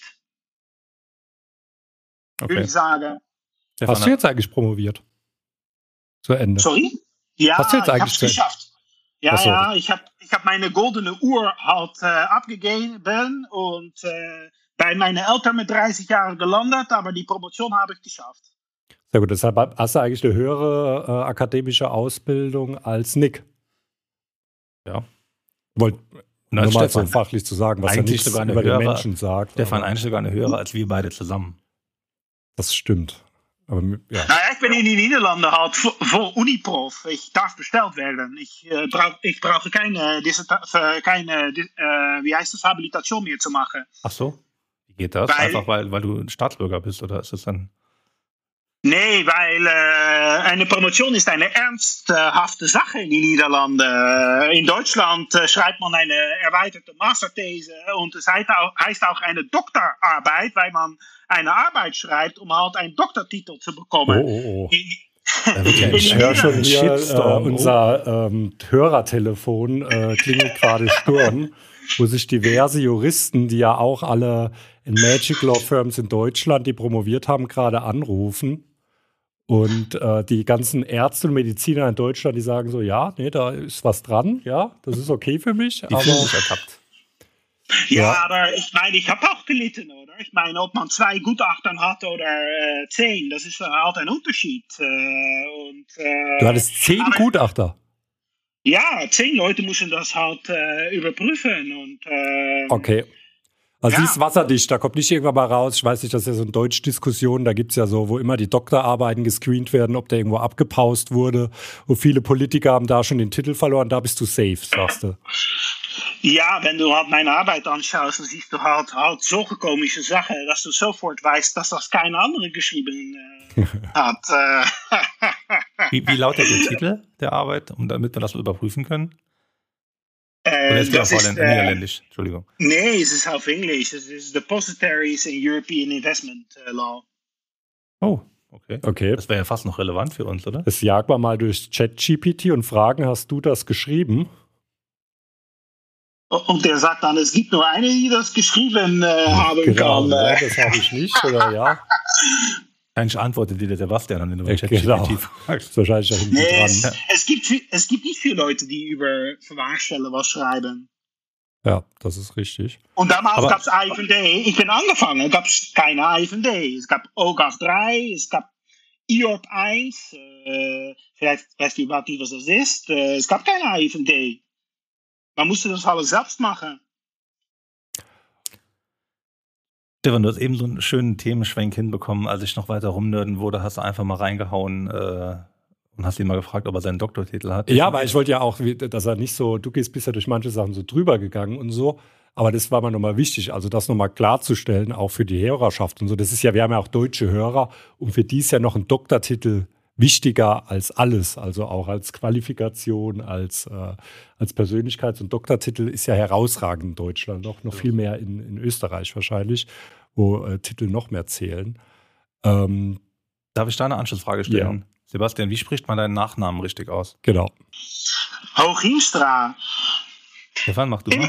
Okay. Würde ich sagen. Hast du jetzt eigentlich promoviert? Zu Ende? Sorry? Ja, Hast du jetzt ich eigentlich habe es geschafft. Ja, so. ja, ich habe ich hab meine goldene Uhr halt äh, abgegeben und äh, bei meinen Eltern mit dreißig Jahren gelandet, aber die Promotion habe ich geschafft. Sehr gut, deshalb hast du eigentlich eine höhere äh, akademische Ausbildung als Nick. Ja. Wollt Na, nur mal Stefan, so fachlich zu sagen, was er eigentlich nichts sogar eine über den höhere- Menschen sagt. Stefan, aber eigentlich sogar eine höhere als wir beide zusammen. Das stimmt. Aber ja. Nou ja, ich bin in die Niederlande halt vo- voll Uniprof. Ich darf bestellt werden. Ich, äh, brauch, ich brauche keine, Disserta- äh, keine Dis- äh, wie heißt das, Habilitation mehr zu machen. Ach so? Wie geht das? Weil- Einfach weil, weil du ein Staatsbürger bist, oder ist das dann? Nee, weil äh, eine Promotion ist eine ernsthafte Sache in die Niederlande. In Deutschland äh, schreibt man eine erweiterte Masterthese und es heißt auch, heißt auch eine Doktorarbeit, weil man eine Arbeit schreibt, um halt einen Doktortitel zu Oh, bekommen. oh, oh. Da wird ja ein In- Ich höre schon Ein hier, äh, Shitstorm. unser ähm, Hörertelefon äh, klingelt gerade Sturm, wo sich diverse Juristen, die ja auch alle in Magic Law Firms in Deutschland, die promoviert haben, gerade anrufen. Und äh, die ganzen Ärzte und Mediziner in Deutschland, die sagen so, ja, nee, da ist was dran, ja, das ist okay für mich. Die aber fühlen sich ertappt. Ja, Ja. aber ich meine, ich habe auch gelitten, oder? Ich meine, ob man zwei Gutachten hat oder äh, zehn, das ist halt ein Unterschied. Äh, und, äh, du hattest zehn aber- Gutachter. Ja, zehn Leute müssen das halt äh, überprüfen. Und, äh, Okay. Also Ja. sie ist wasserdicht, da kommt nicht irgendwann mal raus. Ich weiß nicht, das ist ja so eine Deutsch-Diskussion, da gibt's ja so, wo immer die Doktorarbeiten gescreent werden, ob der irgendwo abgepaust wurde. Und viele Politiker haben da schon den Titel verloren, da bist du safe, sagst du. Ja, wenn du halt meine Arbeit anschaust, dann siehst du halt, halt solche komische Sachen, dass du sofort weißt, dass das keine andere geschrieben äh, hat. Äh, Wie, wie lautet der Titel der Arbeit, um damit wir das überprüfen können? Oder äh, ist der das auf ist, Holland- äh, Niederländisch? Entschuldigung. nee, es ist auf Englisch. Es ist Depositories in European Investment äh, Law. Oh, okay. Okay, Das wäre ja fast noch relevant für uns, oder? das jagen wir mal durch ChatGPT und fragen, hast du das geschrieben? Und der sagt dann, es gibt nur eine, die das geschrieben äh, haben Genau, kann. ja, Äh, das habe ich nicht, oder ja? Eigentlich antwortet dir der Sebastian an den Ja, genau. ChatGPT Das fragst. ist wahrscheinlich da hinten nee, dran. es, es, gibt, vi- es gibt nicht viele Leute, die über Verwahrstellen was schreiben. Ja, das ist richtig. Und damals Aber- gab es I F N D. Ich bin angefangen, gab es keine I F N D. Es gab O G A F drei, es gab I O R P eins. Äh, vielleicht weißt du überhaupt nicht, was das ist. Äh, es gab keine I F N D. Man musste das alles selbst machen. Stefan, du hast eben so einen schönen Themenschwenk hinbekommen, als ich noch weiter rumnörden wurde, hast du einfach mal reingehauen äh, und hast ihn mal gefragt, ob er seinen Doktortitel hat. Ja, aber ich wollte ja auch, wie- dass er nicht so, du gehst bisher durch manche Sachen so drüber gegangen und so, aber das war mir nochmal wichtig, also das nochmal klarzustellen, auch für die Hörerschaft und so. Das ist ja, wir haben ja auch deutsche Hörer und für die ist ja noch ein Doktortitel wichtiger als alles, also auch als Qualifikation, als, äh, als Persönlichkeits- und Doktortitel ist ja herausragend in Deutschland, noch, noch viel mehr in, in Österreich wahrscheinlich, wo äh, Titel noch mehr zählen. Ähm, Darf ich da eine Anschlussfrage stellen? Sebastian, wie spricht man deinen Nachnamen richtig aus? genau. Hooghiemstra. Stefan, mach du mal.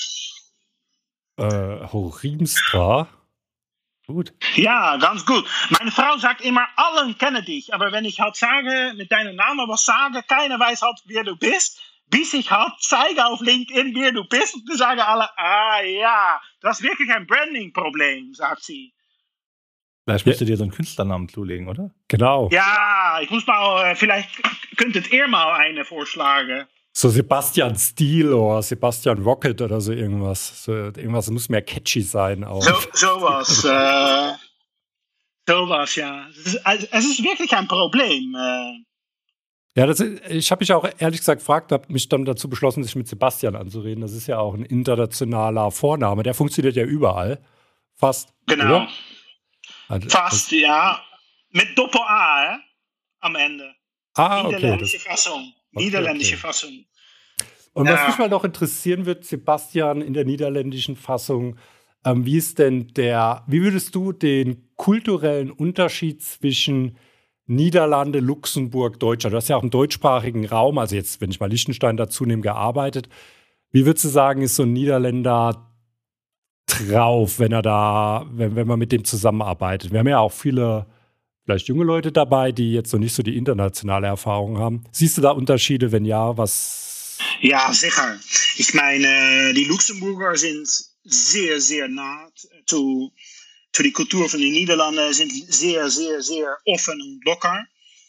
Äh, Horimstra. Gut. Ja, ganz gut. Meine Frau sagt immer, allen kennen dich. Aber wenn ich halt sage, mit deinem Namen was sage, keiner weiß halt, wer du bist. Bis ich halt zeige auf LinkedIn, wer du bist. Und dann sagen alle, ah ja, das ist wirklich ein Branding-Problem, sagt sie. Vielleicht müsst ihr dir so einen Künstlernamen zulegen, oder? Genau. Ja, ich muss mal, äh, vielleicht könntet ihr mal eine vorschlagen. So Sebastian Steel oder Sebastian Rocket oder so irgendwas. So, irgendwas muss mehr catchy sein auch. So, sowas. äh, sowas, ja. Es ist, also, es ist wirklich ein Problem. Äh. Ja, das, ich habe mich auch ehrlich gesagt gefragt, habe mich dann dazu beschlossen, sich mit Sebastian anzureden. Das ist ja auch ein internationaler Vorname. Der funktioniert ja überall. Fast. Genau. Oder? Also, Fast, ja. Mit Doppel-A, hè? Am Ende. Ah, okay. Niederländische Das, Fassung. Okay, Niederländische okay. Fassung. und was Ja. mich mal noch interessieren wird, Sebastian, in der niederländischen Fassung, ähm, wie ist denn der, wie würdest du den kulturellen Unterschied zwischen Niederlande, Luxemburg, Deutschland, du hast ja auch im deutschsprachigen Raum, also jetzt, wenn ich mal Liechtenstein dazu nehme, gearbeitet. Wie würdest du sagen, ist so ein Niederländer drauf, wenn er da, wenn, wenn man mit dem zusammenarbeitet? Wir haben ja auch viele, vielleicht junge Leute dabei, die jetzt noch nicht so die internationale Erfahrung haben. Siehst du da Unterschiede? Wenn ja, was? Ja, sicher. Ich meine, die Luxemburger sind sehr, sehr nah zu, zu die Kultur von den Niederlanden, sind sehr, sehr, sehr offen und locker.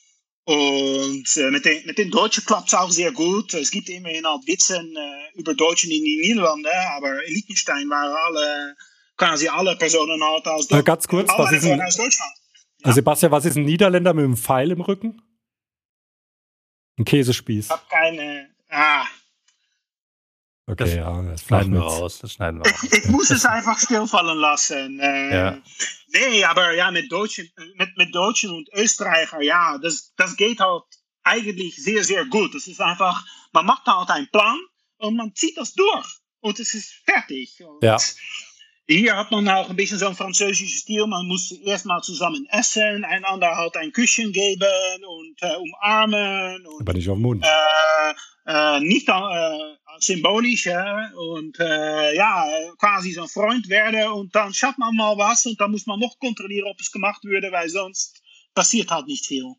Und äh, mit, den, mit den Deutschen klappt es auch sehr gut. Es gibt immerhin auch Witze äh, über Deutschen in den Niederlanden, aber in Liechtenstein waren alle, quasi alle Personen halt aus, Äh, ganz kurz, alle was ist ein, aus Deutschland. äh, Sebastian, was ist ein Niederländer mit einem Pfeil im Rücken? Ein Käsespieß. Ich habe keine. Ah, Okay, Das ja, das schneiden wir mit. raus. Das schneiden wir raus. ich, ich muss es einfach stilfallen lassen. Äh, Ja. Nee, aber ja, mit Deutschen, mit, mit Deutschen und Österreicher, ja, das, das geht halt eigentlich sehr, sehr gut. Es ist einfach, man macht halt einen Plan und man zieht das durch. Und es ist fertig. Und Ja. hier hat man auch ein bisschen so einen französischen Stil. Man muss erst mal zusammen essen, einander halt ein Küsschen geben und äh, umarmen. Und, Aber nicht auf den Mund. äh, äh, nicht äh, symbolisch, ja, und äh, ja, quasi so ein Freund werden und dann schafft man mal was und dann muss man noch kontrollieren, ob es gemacht würde, weil sonst passiert halt nicht viel.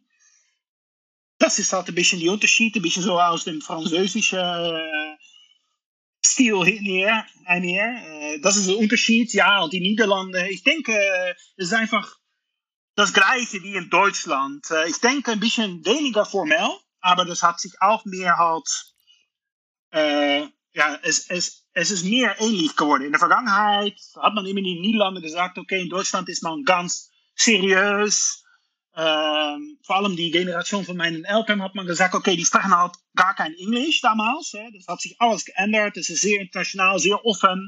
Das ist halt ein bisschen die Unterschied, ein bisschen so aus dem französischen äh, Stil her, einher. Äh, das ist der Unterschied, ja, und die Niederlande, ich denke, es ist einfach das Gleiche wie in Deutschland. Äh, ich denke ein bisschen weniger formell, aber das hat sich auch mehr halt, äh, ja, es, es, es ist mir ähnlich geworden. In der Vergangenheit hat man immer in den Niederlanden gesagt, okay, in Deutschland ist man ganz seriös. Ähm, vor allem die Generation von meinen Eltern hat man gesagt, okay, die sprechen halt gar kein Englisch damals. Hè. Das hat sich alles geändert. Es ist sehr international, sehr offen.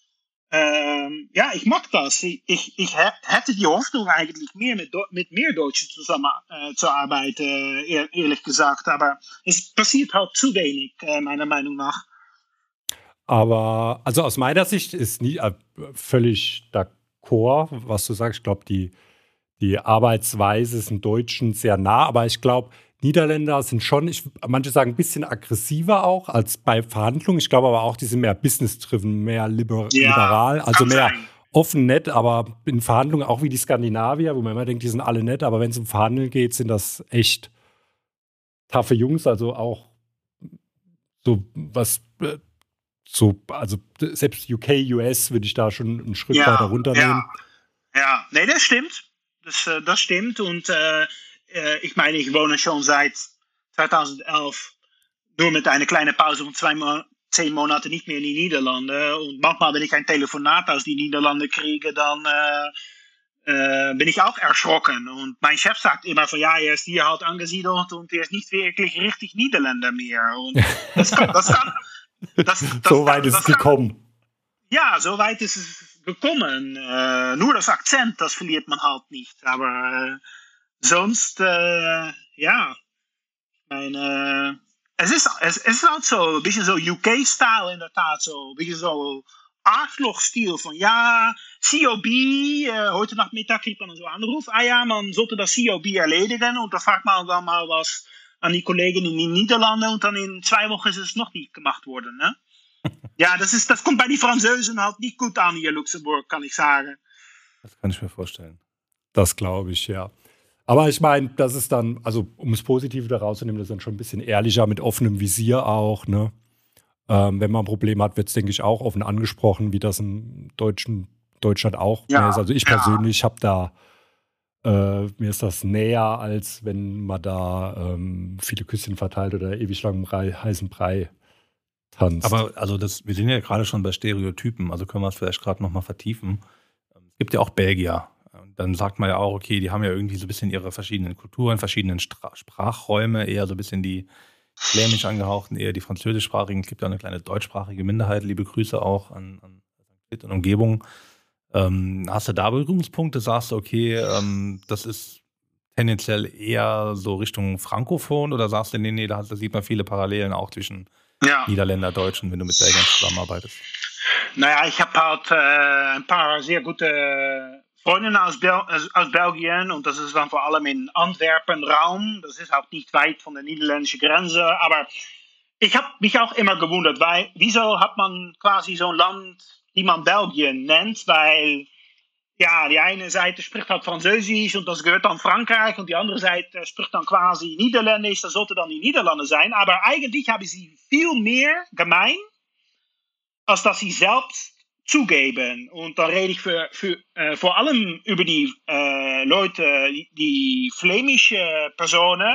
Ähm, ja, ich mag das. Ich, ich, ich hätte die Hoffnung eigentlich mehr mit, mit mehr Deutschen zusammen äh, zu arbeiten, äh, ehrlich gesagt. Aber es passiert halt zu wenig, äh, meiner Meinung nach. Aber, also aus meiner Sicht ist nie äh, völlig d'accord, was du sagst. Ich glaube, die, die Arbeitsweise ist in Deutschen sehr nah, aber ich glaube, Niederländer sind schon, ich, manche sagen, ein bisschen aggressiver auch als bei Verhandlungen. Ich glaube aber auch, die sind mehr business-driven, mehr liber Ja, liberal, also kann mehr sein. offen, nett, aber in Verhandlungen auch wie die Skandinavier, wo man immer denkt, die sind alle nett, aber wenn es um Verhandeln geht, sind das echt taffe Jungs, also auch so was, äh, so, also selbst U K, U S würde ich da schon einen Schritt Ja, weiter runternehmen. ja, ja. Nee, das stimmt. Das, äh, das stimmt. Und äh, äh, ich meine, ich wohne schon seit zweitausendelf nur mit einer kleinen Pause von zwei Mo zehn Monaten nicht mehr in die Niederlande. Und manchmal, wenn ich ein Telefonat aus die Niederlande kriege, dann äh, äh, bin ich auch erschrocken. Und mein Chef sagt immer von, ja, er ist hier halt angesiedelt und er ist nicht wirklich richtig Niederländer mehr. Und das kann, das kann, das, das, So weit ist das es kann, gekommen. Ja, so weit ist es gekommen. Äh, nur das Akzent, das verliert man halt nicht. Aber äh, sonst, äh, ja, ich meine, es ist, es, es ist halt so ein bisschen so U K-Style in der Tat, so ein bisschen so Arschloch-Stil von, ja, C O B, äh, heute Nachmittag kriegt man so einen Anruf, ah ja, man sollte das C O B erledigen und da fragt man dann mal was an die Kollegen in den Niederlanden und dann in zwei Wochen ist es noch nicht gemacht worden, ne? Ja, das, ist, das kommt bei den Franzosen halt nicht gut an hier in Luxemburg, kann ich sagen. Das kann ich mir vorstellen. Das glaube ich, ja. Aber ich meine, das ist dann, also um das Positive daraus zu nehmen, das ist dann schon ein bisschen ehrlicher, mit offenem Visier auch, ne? Ähm, wenn man ein Problem hat, wird es, denke ich, auch offen angesprochen, wie das in Deutschen, Deutschland auch Ja, ist. Also ich ja. persönlich habe da, äh, mir ist das näher, als wenn man da ähm, viele Küsschen verteilt oder ewig lang im Brei, heißen Brei tanzt. Aber also das, wir sind ja gerade schon bei Stereotypen, also können wir es vielleicht gerade nochmal vertiefen. Es gibt ja auch Belgier. Und dann sagt man ja auch, okay, die haben ja irgendwie so ein bisschen ihre verschiedenen Kulturen, verschiedenen Stra Sprachräume, eher so ein bisschen die flämisch angehauchten, eher die französischsprachigen. Es gibt ja eine kleine deutschsprachige Minderheit. Liebe Grüße auch an, an Sankt Vith und Umgebung. Ähm, hast du da Berührungspunkte? Sagst du, okay, ähm, das ist tendenziell eher so Richtung Frankophon oder sagst du, nee, nee, da, da sieht man viele Parallelen auch zwischen Ja. Niederländer, Deutschen, wenn du mit Belgiern zusammenarbeitest? Naja, ich habe halt äh, ein paar sehr gute Freundinnen aus, Bel aus Belgien und das ist dann vor allem in Antwerpen Raum. Das ist auch nicht weit von der niederländischen Grenze, aber ich habe mich auch immer gewundert, weil wieso hat man quasi so ein Land, die man Belgien nennt, weil ja, die eine Seite spricht halt Französisch und das gehört dann Frankreich und die andere Seite spricht dann quasi Niederländisch, das sollte dann die Niederlande sein, aber eigentlich haben sie viel mehr gemein, als dass sie selbst zugeben. Und dann rede ich für, für, äh, vor allem über die äh, Leute, die, die flämische Personen,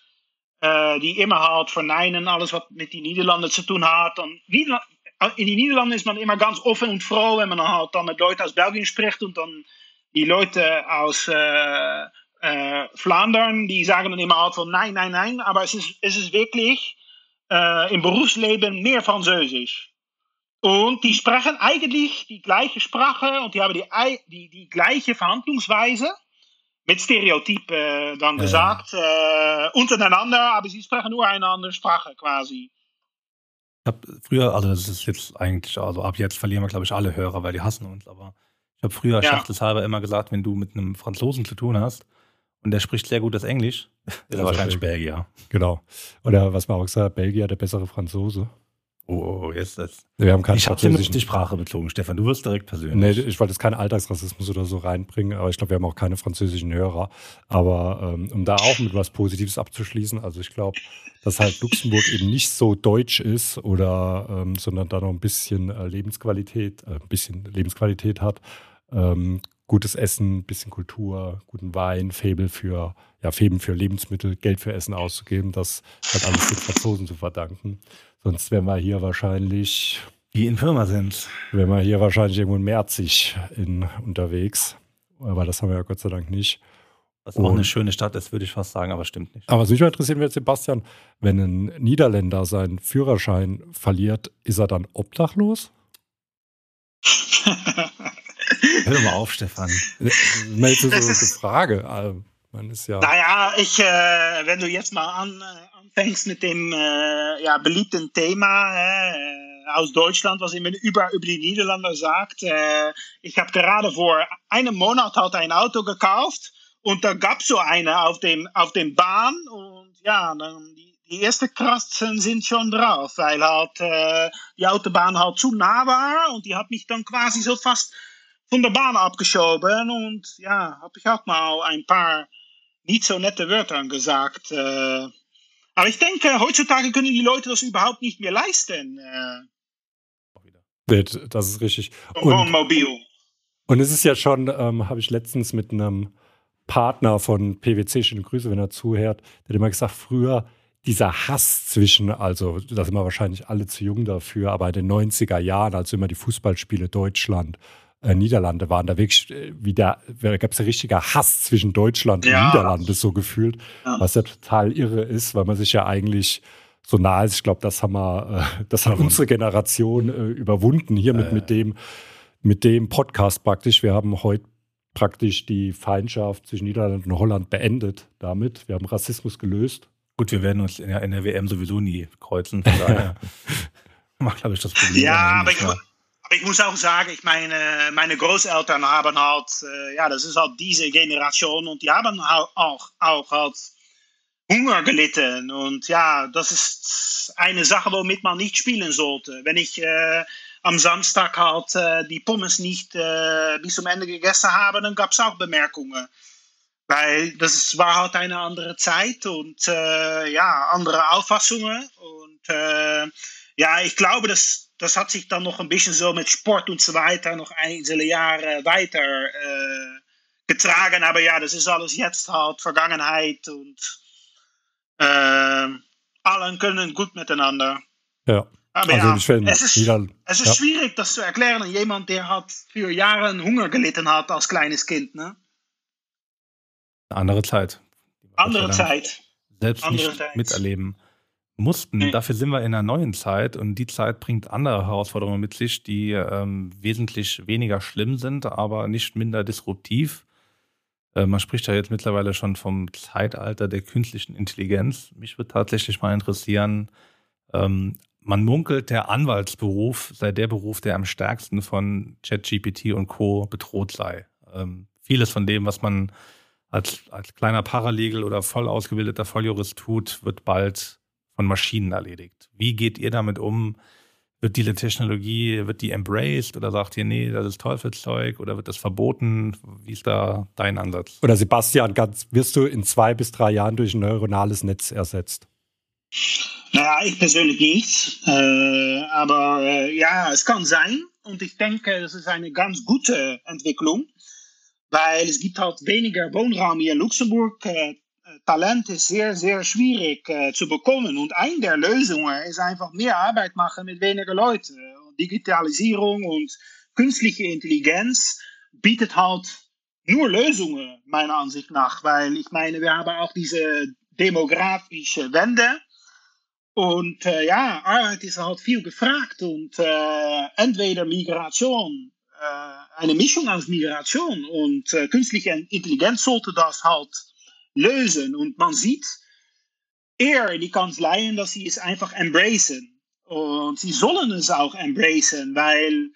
äh, die immer halt verneinen, alles was mit den Niederlanden zu tun hat. Und Niederla in den Niederlanden ist man immer ganz offen und froh, wenn man halt dann mit Leuten aus Belgien spricht und dann die Leute aus äh, äh, Flandern, die sagen dann immer halt von nein, nein, nein, aber es ist, es ist wirklich äh, im Berufsleben mehr Französisch. Und die sprechen eigentlich die gleiche Sprache und die haben die, die, die gleiche Verhandlungsweise, mit Stereotypen äh, dann Ja. gesagt, äh, untereinander, aber sie sprechen nur eine andere Sprache quasi. Ich habe früher, also das ist jetzt eigentlich, also ab jetzt verlieren wir, glaube ich, alle Hörer, weil die hassen uns, aber ich habe früher Ja. scherzeshalber immer gesagt, wenn du mit einem Franzosen zu tun hast und der spricht sehr gutes Englisch, ist er Also wahrscheinlich Belgier. Belgier. Genau. Oder was man auch gesagt hat, Belgier, der bessere Franzose. Oh, oh, oh, jetzt das. Wir haben keinen Ich habe den auf französischen. die Sprache bezogen, Stefan. Du wirst direkt persönlich. Nee, ich wollte jetzt keinen Alltagsrassismus oder so reinbringen, aber ich glaube, wir haben auch keine französischen Hörer. Aber ähm, um da auch mit was Positives abzuschließen, also ich glaube, dass halt Luxemburg eben nicht so deutsch ist oder ähm, sondern da noch ein bisschen äh, Lebensqualität, äh, ein bisschen Lebensqualität hat. Ähm, gutes Essen, ein bisschen Kultur, guten Wein, Faible für, ja, Faible für Lebensmittel, Geld für Essen auszugeben, das hat alles den Franzosen zu verdanken. Sonst wären wir hier wahrscheinlich Die in Firma sind. Wären wir hier wahrscheinlich irgendwo in Merzig in, unterwegs. Aber das haben wir ja Gott sei Dank nicht. Was auch eine schöne Stadt ist, würde ich fast sagen, aber stimmt nicht. Aber was mich mal interessieren wird, Sebastian, wenn ein Niederländer seinen Führerschein verliert, ist er dann obdachlos? Hör mal auf, Stefan. Das ist mir jetzt so eine Frage. Also, man ist ja Naja, ich, äh, wenn du jetzt mal an, äh, anfängst mit dem äh, ja, beliebten Thema äh, aus Deutschland, was immer über, über die Niederlande sagt. Äh, ich habe gerade vor einem Monat halt ein Auto gekauft und da gab es so eine auf dem, auf dem Bahn und ja, dann die, die ersten Kratzen sind schon drauf, weil halt äh, die Autobahn halt zu nah war und die hat mich dann quasi so fast von der Bahn abgeschoben und ja, habe ich auch mal ein paar nicht so nette Wörter gesagt. Äh, aber ich denke, heutzutage können die Leute das überhaupt nicht mehr leisten. äh, das ist richtig. Und, Wohnmobil. und es ist ja schon, ähm, habe ich letztens mit einem Partner von P W C, schöne Grüße, wenn er zuhört, der hat immer gesagt, früher dieser Hass zwischen, also da sind wir wahrscheinlich alle zu jung dafür, aber in den neunziger Jahren, als immer die Fußballspiele Deutschland, äh, Niederlande waren, da wirklich wieder, da gab es ja richtiger Hass zwischen Deutschland Ja. und Niederlande so gefühlt, Ja. was ja total irre ist, weil man sich ja eigentlich so nah ist. Ich glaube, das haben wir, äh, das hat unsere Generation äh, überwunden hier mit, Äh. mit dem, mit dem Podcast praktisch. Wir haben heute praktisch die Feindschaft zwischen Niederlande und Holland beendet damit. Wir haben Rassismus gelöst. Gut, wir werden uns in der, in der W M sowieso nie kreuzen. Von daher macht, glaube ich, das Problem. Ja, aber nicht ich, mehr. aber ich muss auch sagen, ich meine, meine Großeltern haben halt, äh, ja, das ist halt diese Generation und die haben auch, auch, auch halt Hunger gelitten. Und ja, das ist eine Sache, womit man nicht spielen sollte. Wenn ich äh, am Samstag halt äh, die Pommes nicht äh, bis zum Ende gegessen habe, dann gab es auch Bemerkungen. Weil das ist, war halt eine andere Zeit und äh, ja, andere Auffassungen. Und äh, ja, ich glaube, das, das hat sich dann noch ein bisschen so mit Sport und so weiter noch einige Jahre weiter äh, getragen. Aber ja, das ist alles jetzt halt Vergangenheit und äh, allen können gut miteinander. Ja. Aber Also ja, ich finde, es ist, Niederl- es ist ja. schwierig, das zu erklären. Jemand, der hat für Jahre Hunger gelitten hat als kleines Kind. Ne? Eine andere Zeit. Andere Gott sei Dank Zeit. Selbst Andere nicht Zeit. miterleben mussten. Nee. Dafür sind wir in einer neuen Zeit und die Zeit bringt andere Herausforderungen mit sich, die ähm, wesentlich weniger schlimm sind, aber nicht minder disruptiv. Äh, man spricht ja jetzt mittlerweile schon vom Zeitalter der künstlichen Intelligenz. Mich würde tatsächlich mal interessieren, ähm, man munkelt, der Anwaltsberuf sei der Beruf, der am stärksten von ChatGPT und Co. bedroht sei. Ähm, vieles von dem, was man als, als kleiner Paralegal oder voll ausgebildeter Volljurist tut, wird bald von Maschinen erledigt. Wie geht ihr damit um? Wird diese Technologie, wird die embraced oder sagt ihr, nee, das ist Teufelszeug oder wird das verboten? Wie ist da dein Ansatz? Oder Sebastian, ganz, wirst du in zwei bis drei Jahren durch ein neuronales Netz ersetzt? Naja, ich persönlich nicht. Äh, aber äh, ja, es kann sein. Und ich denke, das ist eine ganz gute Entwicklung. Weil es gibt halt weniger Wohnraum hier in Luxemburg. Äh, Talent ist sehr, sehr schwierig äh, zu bekommen. Und eine der Lösungen ist einfach mehr Arbeit machen mit weniger Leuten. Und Digitalisierung und künstliche Intelligenz bietet halt nur Lösungen, meiner Ansicht nach. Weil ich meine, wir haben auch diese demografische Wende. Und äh, ja, Arbeit ist halt viel gefragt. Und äh, entweder Migration, äh, eine Mischung aus Migration und äh, künstliche Intelligenz sollte das halt lösen. Und man sieht eher in die Kanzleien, dass sie es einfach embracen. Und sie sollen es auch embracen, weil,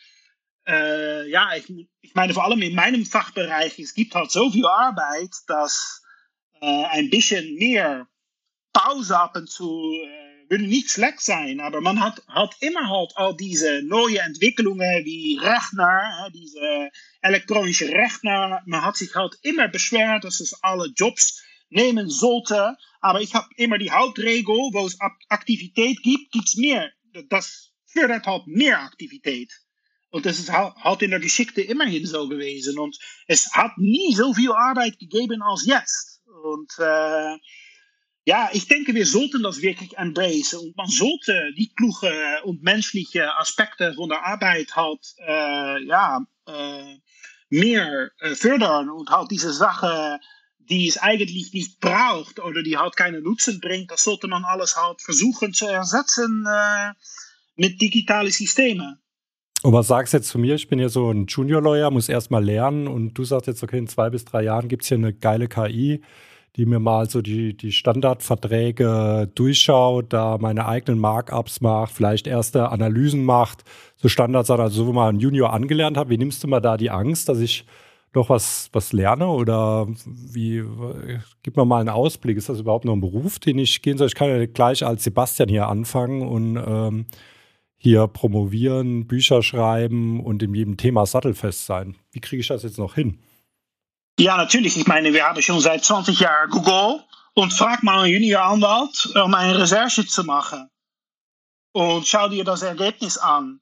äh, ja, ich, ich meine, vor allem in meinem Fachbereich, es gibt halt so viel Arbeit, dass äh, ein bisschen mehr Pause ab und zu äh, würde nicht schlecht sein, aber man hat, hat immer halt all diese neue Entwicklungen wie Rechner, diese elektronische Rechner. Man hat sich halt immer beschwert, dass es alle Jobs nehmen sollte. Aber ich habe immer die Hauptregel, wo es Aktivität gibt, gibt es mehr. Das fördert halt mehr Aktivität. Und das ist halt in der Geschichte immerhin so gewesen. Und es hat nie so viel Arbeit gegeben als jetzt. Und äh, Ja, ich denke, wir sollten das wirklich embracen. Und man sollte die kluge und menschliche Aspekte von der Arbeit halt äh, ja, äh, mehr äh, fördern und halt diese Sache, die es eigentlich nicht braucht oder die halt keinen Nutzen bringt, das sollte man alles halt versuchen zu ersetzen äh, mit digitalen Systemen. Und was sagst du jetzt zu mir? Ich bin ja so ein Junior-Lawyer, muss erst mal lernen und du sagst jetzt, okay, in zwei bis drei Jahren gibt es hier eine geile K I, die mir mal so die, die Standardverträge durchschaut, da meine eigenen Markups macht, vielleicht erste Analysen macht, so Standards, also so wie man einen Junior angelernt hat. Wie nimmst du mal da die Angst, dass ich noch was, was lerne? Oder wie, gib mir mal einen Ausblick. Ist das überhaupt noch ein Beruf, den ich gehen soll? Ich kann ja gleich als Sebastian hier anfangen und ähm, hier promovieren, Bücher schreiben und in jedem Thema sattelfest sein. Wie kriege ich das jetzt noch hin? Ja, natürlich. Ich meine, wir haben schon seit zwanzig Jahren Google und frag mal einen Junioranwalt, um eine Recherche zu machen. Und schau dir das Ergebnis an.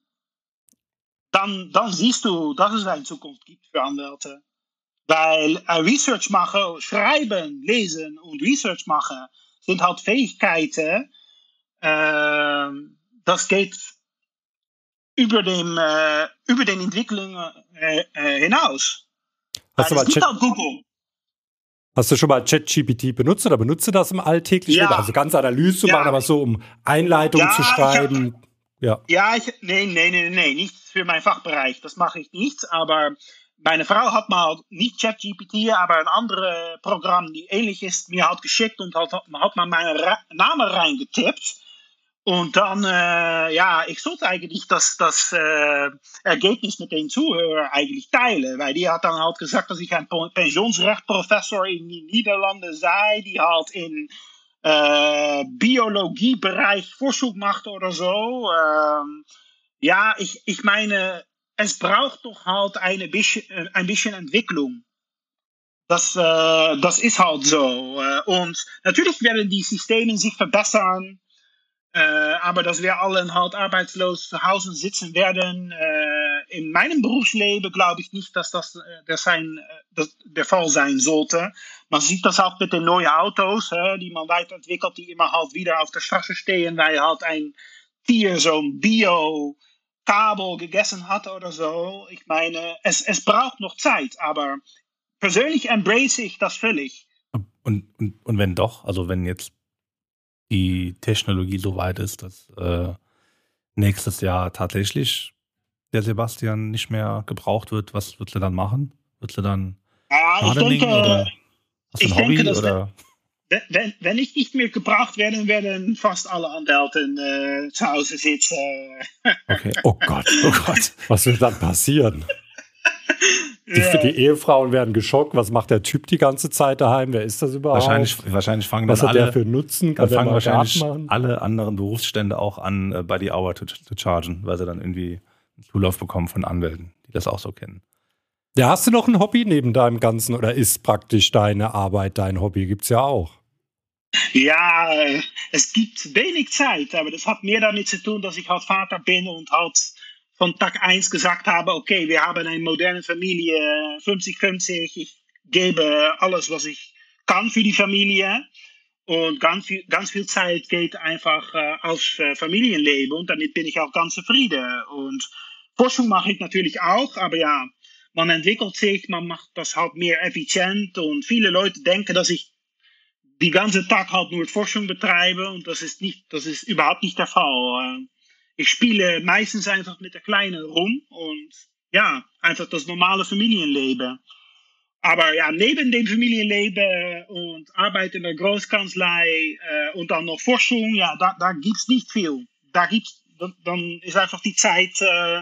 Dann, dann siehst du, dass es eine Zukunft gibt für Anwälte. Weil äh, Research machen, schreiben, lesen und Research machen sind halt Fähigkeiten, äh, das geht über, dem, äh, über den Entwicklungen äh, äh, hinaus. Hast du, mal Chat, Google. hast du schon mal ChatGPT benutzt oder benutzt du das im alltäglichen Ja. Leben? Also ganz Analyse zu Ja. machen, aber so um Einleitungen Ja, zu schreiben. Hab, ja, ja ich, nee, nee, nee, nee, nicht für meinen Fachbereich. Das mache ich nicht. Aber meine Frau hat mal nicht ChatGPT, aber ein anderes Programm, die ähnlich ist, mir hat geschickt und hat, hat mal meinen Ra- Namen reingetippt. Und dann, äh, ja, ich sollte eigentlich das, das äh, Ergebnis mit den Zuhörern eigentlich teilen. Weil die hat dann halt gesagt, dass ich ein Pensionsrechtprofessor in den Niederlanden sei, die halt in äh, Biologiebereich Forschung macht oder so. Ähm, ja, ich, ich meine, es braucht doch halt eine bisschen, ein bisschen Entwicklung. Das, äh, das ist halt so. Und natürlich werden die Systeme sich verbessern. Äh, aber dass wir alle halt arbeitslos zu Hause sitzen werden, äh, in meinem Berufsleben glaube ich nicht, dass das, äh, das, sein, äh, das der Fall sein sollte. Man sieht das auch mit den neuen Autos, äh, die man weiterentwickelt, die immer halt wieder auf der Straße stehen, weil halt ein Tier so ein Bio-Kabel gegessen hat oder so. Ich meine, es, es braucht noch Zeit, aber persönlich embrace ich das völlig. Und, und, und wenn doch, also wenn jetzt die Technologie so weit ist, dass äh, nächstes Jahr tatsächlich der Sebastian nicht mehr gebraucht wird, was wird sie dann machen? Wird sie dann ja, Gardening ich denke, oder hast du ein ich Hobby? denke, Oder? Wenn, wenn, wenn ich nicht mehr gebraucht werde, werden fast alle Anwälten äh, zu Hause sitzen. Okay. oh Gott, oh Gott, was wird dann passieren? Die, Ja. die Ehefrauen werden geschockt. Was macht der Typ die ganze Zeit daheim? Wer ist das überhaupt? Wahrscheinlich, wahrscheinlich fangen Was dann hat alle, der für Nutzen? dann Kann der fangen mal wahrscheinlich Garten machen? alle anderen Berufsstände auch an, äh, by the hour zu, zu chargen, weil sie dann irgendwie einen Zulauf bekommen von Anwälten, die das auch so kennen. Ja, hast du noch ein Hobby neben deinem Ganzen oder ist praktisch deine Arbeit dein Hobby? Gibt's ja auch. Ja, äh, es gibt wenig Zeit, aber das hat mehr damit zu tun, dass ich halt Vater bin und halt von Tag eins gesagt habe, okay, wir haben eine moderne Familie, fünfzig fünfzig, ich gebe alles, was ich kann für die Familie und ganz viel, ganz viel Zeit geht einfach äh, aufs äh, Familienleben und damit bin ich auch ganz zufrieden. Und Forschung mache ich natürlich auch, aber ja, man entwickelt sich, man macht das halt mehr effizient und viele Leute denken, dass ich die ganze Tag halt nur Forschung betreibe und das ist nicht, das ist überhaupt nicht der Fall. Ich spiele meistens einfach mit der Kleinen rum und ja, einfach das normale Familienleben. Aber ja, neben dem Familienleben und Arbeit in der Großkanzlei äh, und dann noch Forschung, ja, da, da gibt's nicht viel. Da gibt's, dann ist einfach die Zeit, äh,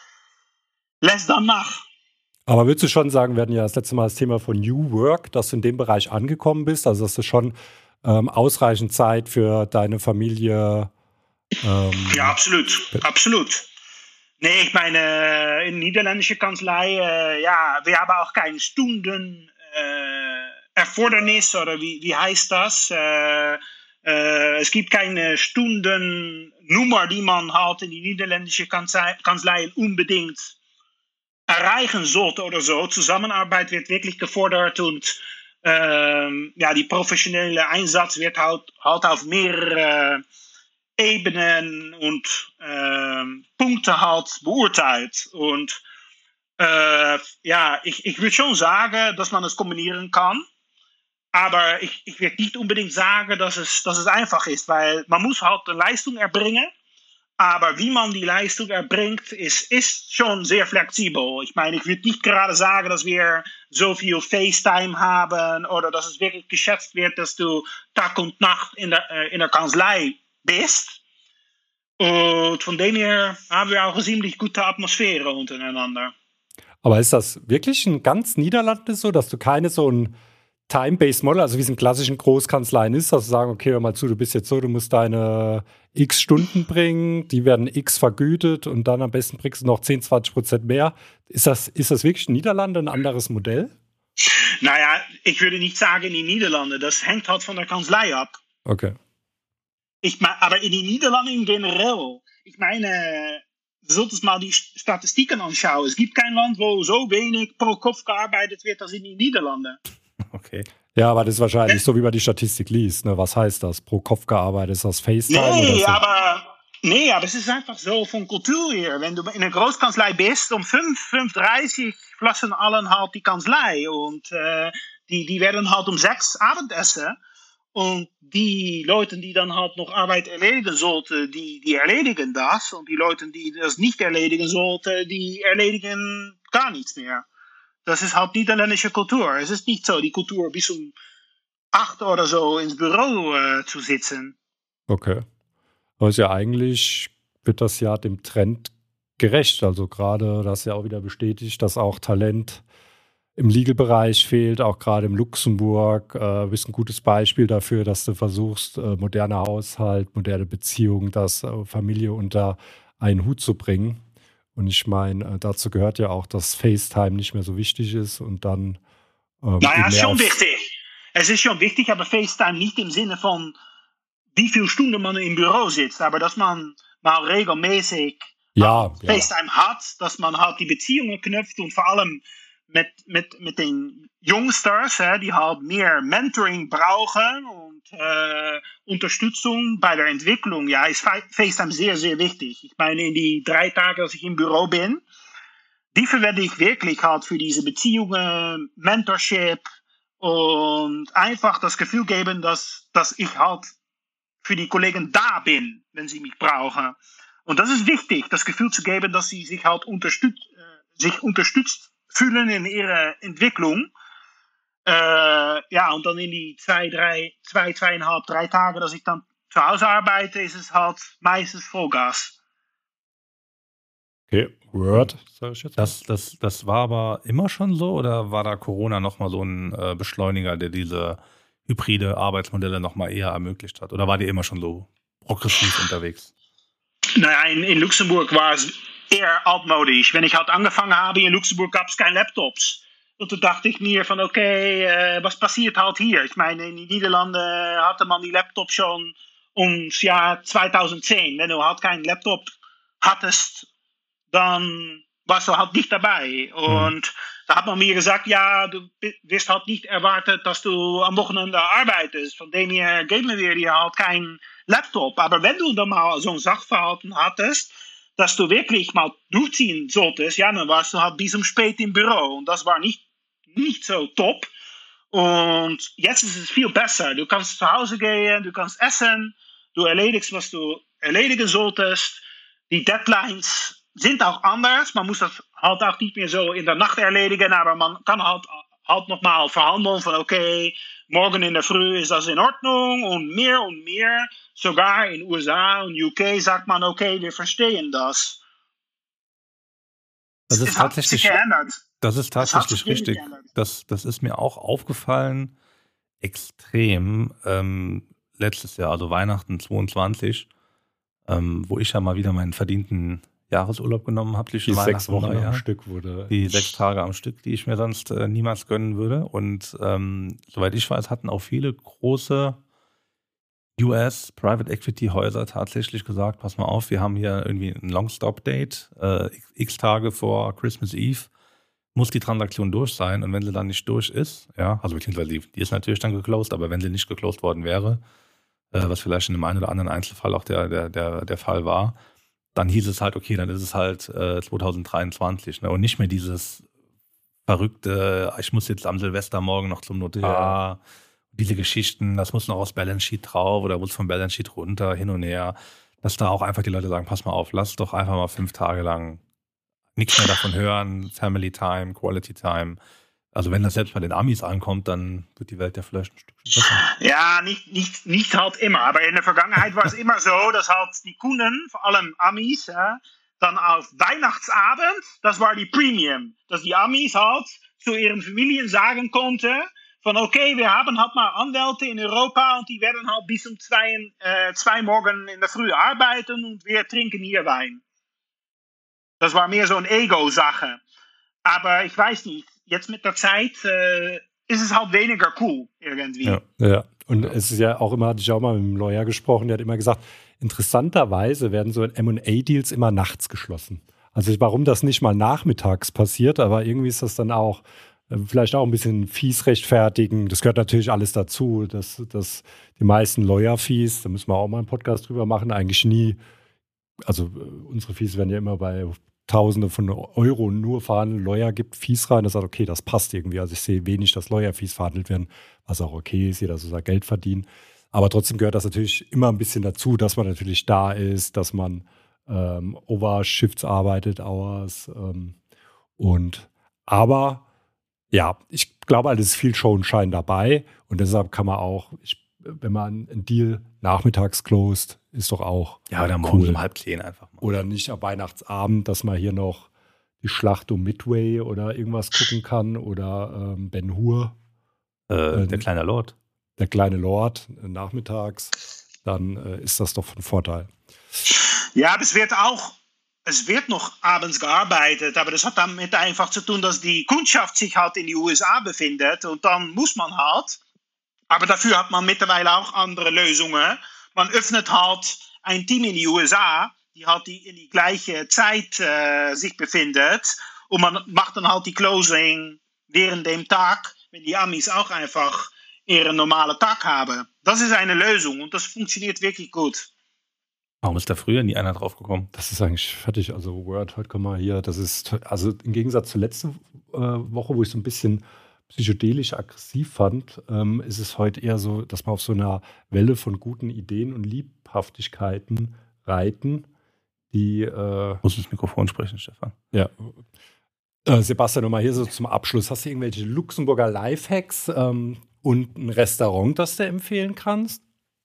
lässt dann nach. Aber würdest du schon sagen, wir hatten ja das letzte Mal das Thema von New Work, dass du in dem Bereich angekommen bist, also dass du schon ähm, ausreichend Zeit für deine Familie ähm, Ja, absolut. Absolut. Nee, ich meine, in niederländische Kanzlei, äh, ja, wir haben auch keine Stunden äh, Erfordernis oder wie, wie heißt das? Äh, äh, es gibt keine Stundennummer, die man halt in die niederländische Kanzlei, Kanzleien unbedingt erreichen sollte oder so. Zusammenarbeit wird wirklich gefordert und ähm, ja, die professionelle Einsatz wird halt, halt auf mehrere Ebenen und ähm, Punkte halt beurteilt. Und äh, ja, ich, ich würde schon sagen, dass man es kombinieren kann. Aber ich, ich würde nicht unbedingt sagen, dass es, dass es einfach ist, weil man muss halt eine Leistung erbringen. Aber wie man die Leistung erbringt, ist, ist schon sehr flexibel. Ich meine, ich würde nicht gerade sagen, dass wir so viel FaceTime haben oder dass es wirklich geschätzt wird, dass du Tag und Nacht in der, äh, in der Kanzlei bist. Und von dem her haben wir auch eine ziemlich gute Atmosphäre untereinander. Aber ist das wirklich in ganz Niederlanden so, dass du keine so ein Time-Based Model, also wie es in klassischen Großkanzleien ist, dass sie sagen, okay, hör mal zu, du bist jetzt so, du musst deine x Stunden bringen, die werden x vergütet und dann am besten bringst du noch zehn, zwanzig Prozent mehr. Ist das, ist das wirklich in Niederlanden ein anderes Modell? Naja, ich würde nicht sagen in den Niederlanden, das hängt halt von der Kanzlei ab. Okay. Ich mein, aber in den Niederlanden generell, ich meine, du solltest mal die Statistiken anschauen. Es gibt kein Land, wo so wenig pro Kopf gearbeitet wird als in den Niederlanden. Okay. Ja, aber das ist wahrscheinlich so, wie man die Statistik liest. Ne? Was heißt das? Pro Kopf gearbeitet, ist das FaceTime? Nee, oder so? aber, nee, aber es ist einfach so von Kultur hier. Wenn du in einer Großkanzlei bist, um fünf, fünf Uhr dreißig flassen allen halt die Kanzlei. Und äh, die, die werden halt um sechs Abendessen. Und die Leute, die dann halt noch Arbeit erledigen sollten, die, die erledigen das. Und die Leute, die das nicht erledigen sollten, die erledigen gar nichts mehr. Das ist halt niederländische Kultur. Es ist nicht so die Kultur, bis um acht oder so ins Büro äh, zu sitzen. Okay. Aber ist ja eigentlich, wird das ja dem Trend gerecht. Also gerade, das ist ja auch wieder bestätigt, dass auch Talent im Legal-Bereich fehlt, auch gerade im Luxemburg. Äh, bist ein gutes Beispiel dafür, dass du versuchst, äh, moderner Haushalt, moderne Beziehungen, das äh, Familie unter einen Hut zu bringen. Und ich meine, dazu gehört ja auch, dass FaceTime nicht mehr so wichtig ist und dann. Ähm, naja, ist schon wichtig. Es ist schon wichtig, aber FaceTime nicht im Sinne von, wie viele Stunden man im Büro sitzt, aber dass man mal regelmäßig ja, ja. FaceTime hat, dass man halt die Beziehungen knüpft und vor allem mit, mit, mit den Youngsters, hè, die halt mehr Mentoring brauchen und äh, Unterstützung bei der Entwicklung, ja, ist FaceTime sehr, sehr wichtig. Ich meine, in die drei Tage, dass ich im Büro bin, die verwende ich wirklich halt für diese Beziehungen, Mentorship und einfach das Gefühl geben, dass, dass ich halt für die Kollegen da bin, wenn sie mich brauchen. Und das ist wichtig, das Gefühl zu geben, dass sie sich halt unterstützt, äh, sich unterstützt fühlen in ihrer Entwicklung. Äh, ja, und dann in die zwei, drei, zwei, zweieinhalb, drei Tage, dass ich dann zu Hause arbeite, ist es halt meistens Vollgas. Okay, Word, sag ich jetzt. Das, das, das war aber immer schon so oder war da Corona nochmal so ein äh, Beschleuniger, der diese hybride Arbeitsmodelle nochmal eher ermöglicht hat? Oder war die immer schon so progressiv unterwegs? Naja, in, in Luxemburg war es eher altmodisch. Wenn ich halt angefangen habe, in Luxemburg gab es keine Laptops. Und toen dachte ich mir van, okay, äh, was passiert halt hier? Ich meine, in den Niederlanden hatte man die Laptop schon ums Jahr zweitausendzehn. Wenn du halt keinen Laptop hattest, dann warst du halt nicht dabei. Und mhm. da hat man mir gesagt, ja, du wirst halt nicht erwartet, dass du am Wochenende arbeitest. Von dem her geben wir dir halt keinen Laptop. Aber wenn du dann mal so ein Sachverhalten hattest, dass du wirklich mal durchziehen solltest, ja, dann warst du halt bis um spät im Büro. Und das war nicht, nicht so top. Und jetzt ist es viel besser. Du kannst zu Hause gehen, du kannst essen, du erledigst, was du erledigen solltest. Die Deadlines sind auch anders. Man muss das halt auch nicht mehr so in der Nacht erledigen, aber man kann halt, halt nochmal verhandeln von, okay, morgen in der Früh ist das in Ordnung und mehr und mehr. Sogar in U S A und U K sagt man, okay, wir verstehen das. Das ist es tatsächlich, hat sich geändert. Das ist tatsächlich richtig. Das, das ist mir auch aufgefallen, extrem, ähm, letztes Jahr, also Weihnachten zweiundzwanzig, ähm, wo ich ja mal wieder meinen verdienten Jahresurlaub genommen habe. Die sechs Wochen am Stück wurde. Die sechs Tage am Stück, die ich mir sonst äh, niemals gönnen würde. Und ähm, soweit ich weiß, hatten auch viele große U S Private Equity Häuser tatsächlich gesagt, pass mal auf, wir haben hier irgendwie ein Long-Stop-Date, äh, x Tage vor Christmas Eve. muss die Transaktion durch sein und wenn sie dann nicht durch ist, ja, also beziehungsweise die, die ist natürlich dann geclosed, aber wenn sie nicht geclosed worden wäre, äh, was vielleicht in dem einen oder anderen Einzelfall auch der, der, der, der Fall war, dann hieß es halt, okay, dann ist es halt äh, zwanzig dreiundzwanzig, ne? Und nicht mehr dieses verrückte, ich muss jetzt am Silvestermorgen noch zum Notar, ja. Diese Geschichten, das muss noch aus Balance Sheet drauf oder muss vom Balance Sheet runter, hin und her, dass da auch einfach die Leute sagen, pass mal auf, lass doch einfach mal fünf Tage lang nichts mehr davon hören, Family Time, Quality Time. Also wenn das selbst bei den Amis ankommt, dann wird die Welt ja vielleicht ein Stückchen besser. Ja, nicht, nicht, nicht halt immer, aber in der Vergangenheit war es immer so, dass halt die Kunden, vor allem Amis, ja, dann auf Weihnachtsabend, das war die Premium, dass die Amis halt zu ihren Familien sagen konnten, von okay, wir haben halt mal Anwälte in Europa und die werden halt bis um zwei, äh, zwei morgen in der Früh arbeiten und wir trinken hier Wein. Das war mehr so eine Ego-Sache. Aber ich weiß nicht, jetzt mit der Zeit äh, ist es halt weniger cool irgendwie. Ja, ja. Und ja. Es ist ja auch immer, hatte ich auch mal mit einem Lawyer gesprochen, der hat immer gesagt, interessanterweise werden so M und A-Deals immer nachts geschlossen. Also warum das nicht mal nachmittags passiert, aber irgendwie ist das dann auch vielleicht auch ein bisschen Fees rechtfertigen. Das gehört natürlich alles dazu, dass, dass die meisten Lawyer-Fees, da müssen wir auch mal einen Podcast drüber machen, eigentlich nie, also unsere Fees werden ja immer bei Tausende von Euro nur verhandelt. Lawyer gibt Fees rein, das sagt, okay, das passt irgendwie. Also ich sehe wenig, dass Lawyer-Fees verhandelt werden, was auch okay ist, jeder soll sein Geld verdienen. Aber trotzdem gehört das natürlich immer ein bisschen dazu, dass man natürlich da ist, dass man ähm, Overshifts arbeitet, Hours ähm, und aber ja, ich glaube, es ist viel Show und Schein dabei und deshalb kann man auch, ich, wenn man einen Deal nachmittags closed, ist doch auch ja, oder cool. Morgens um halb zehn einfach mal. Oder nicht am Weihnachtsabend, dass man hier noch die Schlacht um Midway oder irgendwas gucken kann oder ähm, Ben Hur. Äh, äh, der kleine Lord. Der kleine Lord äh, nachmittags, dann äh, ist das doch von Vorteil. Ja, aber es wird auch Es wird noch abends gearbeitet, aber das hat damit einfach zu tun, dass die Kundschaft sich halt in die U S A befindet und dann muss man halt, aber dafür hat man mittlerweile auch andere Lösungen. Man öffnet halt ein Team in die U S A, die halt die in die gleiche Zeit äh, sich befindet und man macht dann halt die Closing während dem Tag, wenn die Amis auch einfach ihren normalen Tag haben. Das ist eine Lösung und das funktioniert wirklich gut. Warum ist da früher nie einer drauf gekommen? Das ist eigentlich fertig. Also Word, heute kommen wir hier. Das ist, also im Gegensatz zur letzten äh, Woche, wo ich so ein bisschen psychedelisch aggressiv fand, ähm, ist es heute eher so, dass wir auf so einer Welle von guten Ideen und Liebhaftigkeiten reiten, die äh, muss ins Mikrofon sprechen, Stefan. Ja. Äh, Sebastian, nochmal hier so zum Abschluss. Hast du irgendwelche Luxemburger Lifehacks ähm, und ein Restaurant, das du empfehlen kannst?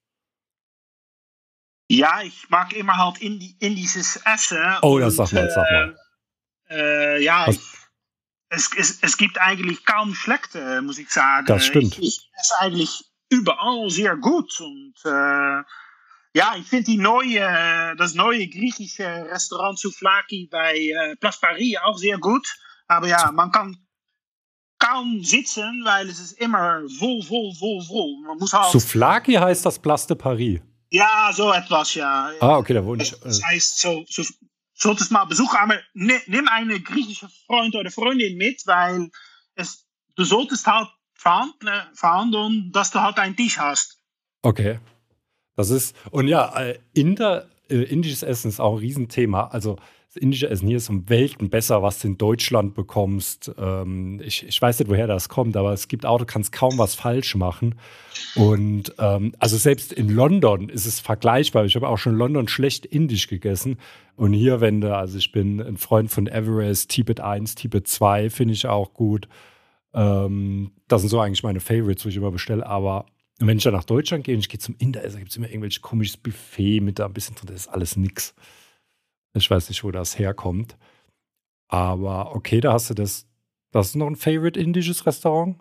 Ja, ich mag immer halt Indi- indisches Essen. Oh, das sag mal, sag mal. Äh, ja, ich, es, es, es gibt eigentlich kaum schlechte, muss ich sagen. Das stimmt. Ich, ich esse eigentlich überall sehr gut. Und äh, ja, ich finde die neue, das neue griechische Restaurant Souvlaki bei äh, Place Paris auch sehr gut. Aber ja, man kann kaum sitzen, weil es ist immer voll, voll, voll, voll. Man muss halt Souvlaki heißt das Place de Paris. Ja, so etwas, ja. Ah, okay, da wohne ich. Das heißt, so, so solltest mal besuchen, aber nimm einen griechischen Freund oder Freundin mit, weil es, du solltest halt verhandeln, verhandeln, dass du halt einen Tisch hast. Okay. Das ist, und ja, Inder, äh, indisches Essen ist auch ein Riesenthema. Also das indische Essen hier ist um Welten besser, was du in Deutschland bekommst. Ähm, ich, ich weiß nicht, woher das kommt, aber es gibt auch, du kannst kaum was falsch machen. Und ähm, also selbst in London ist es vergleichbar. Ich habe auch schon in London schlecht indisch gegessen. Und hier, wenn du, also ich bin ein Freund von Everest, Tibet eins, Tibet zwei finde ich auch gut. Ähm, das sind so eigentlich meine Favorites, wo ich immer bestelle. Aber wenn ich dann nach Deutschland gehe und ich gehe zum Inder, da gibt es immer irgendwelche komisches Buffet mit da ein bisschen drin, das ist alles nix. Ich weiß nicht, wo das herkommt. Aber okay, da hast du das. Das ist noch ein Favorite indisches Restaurant?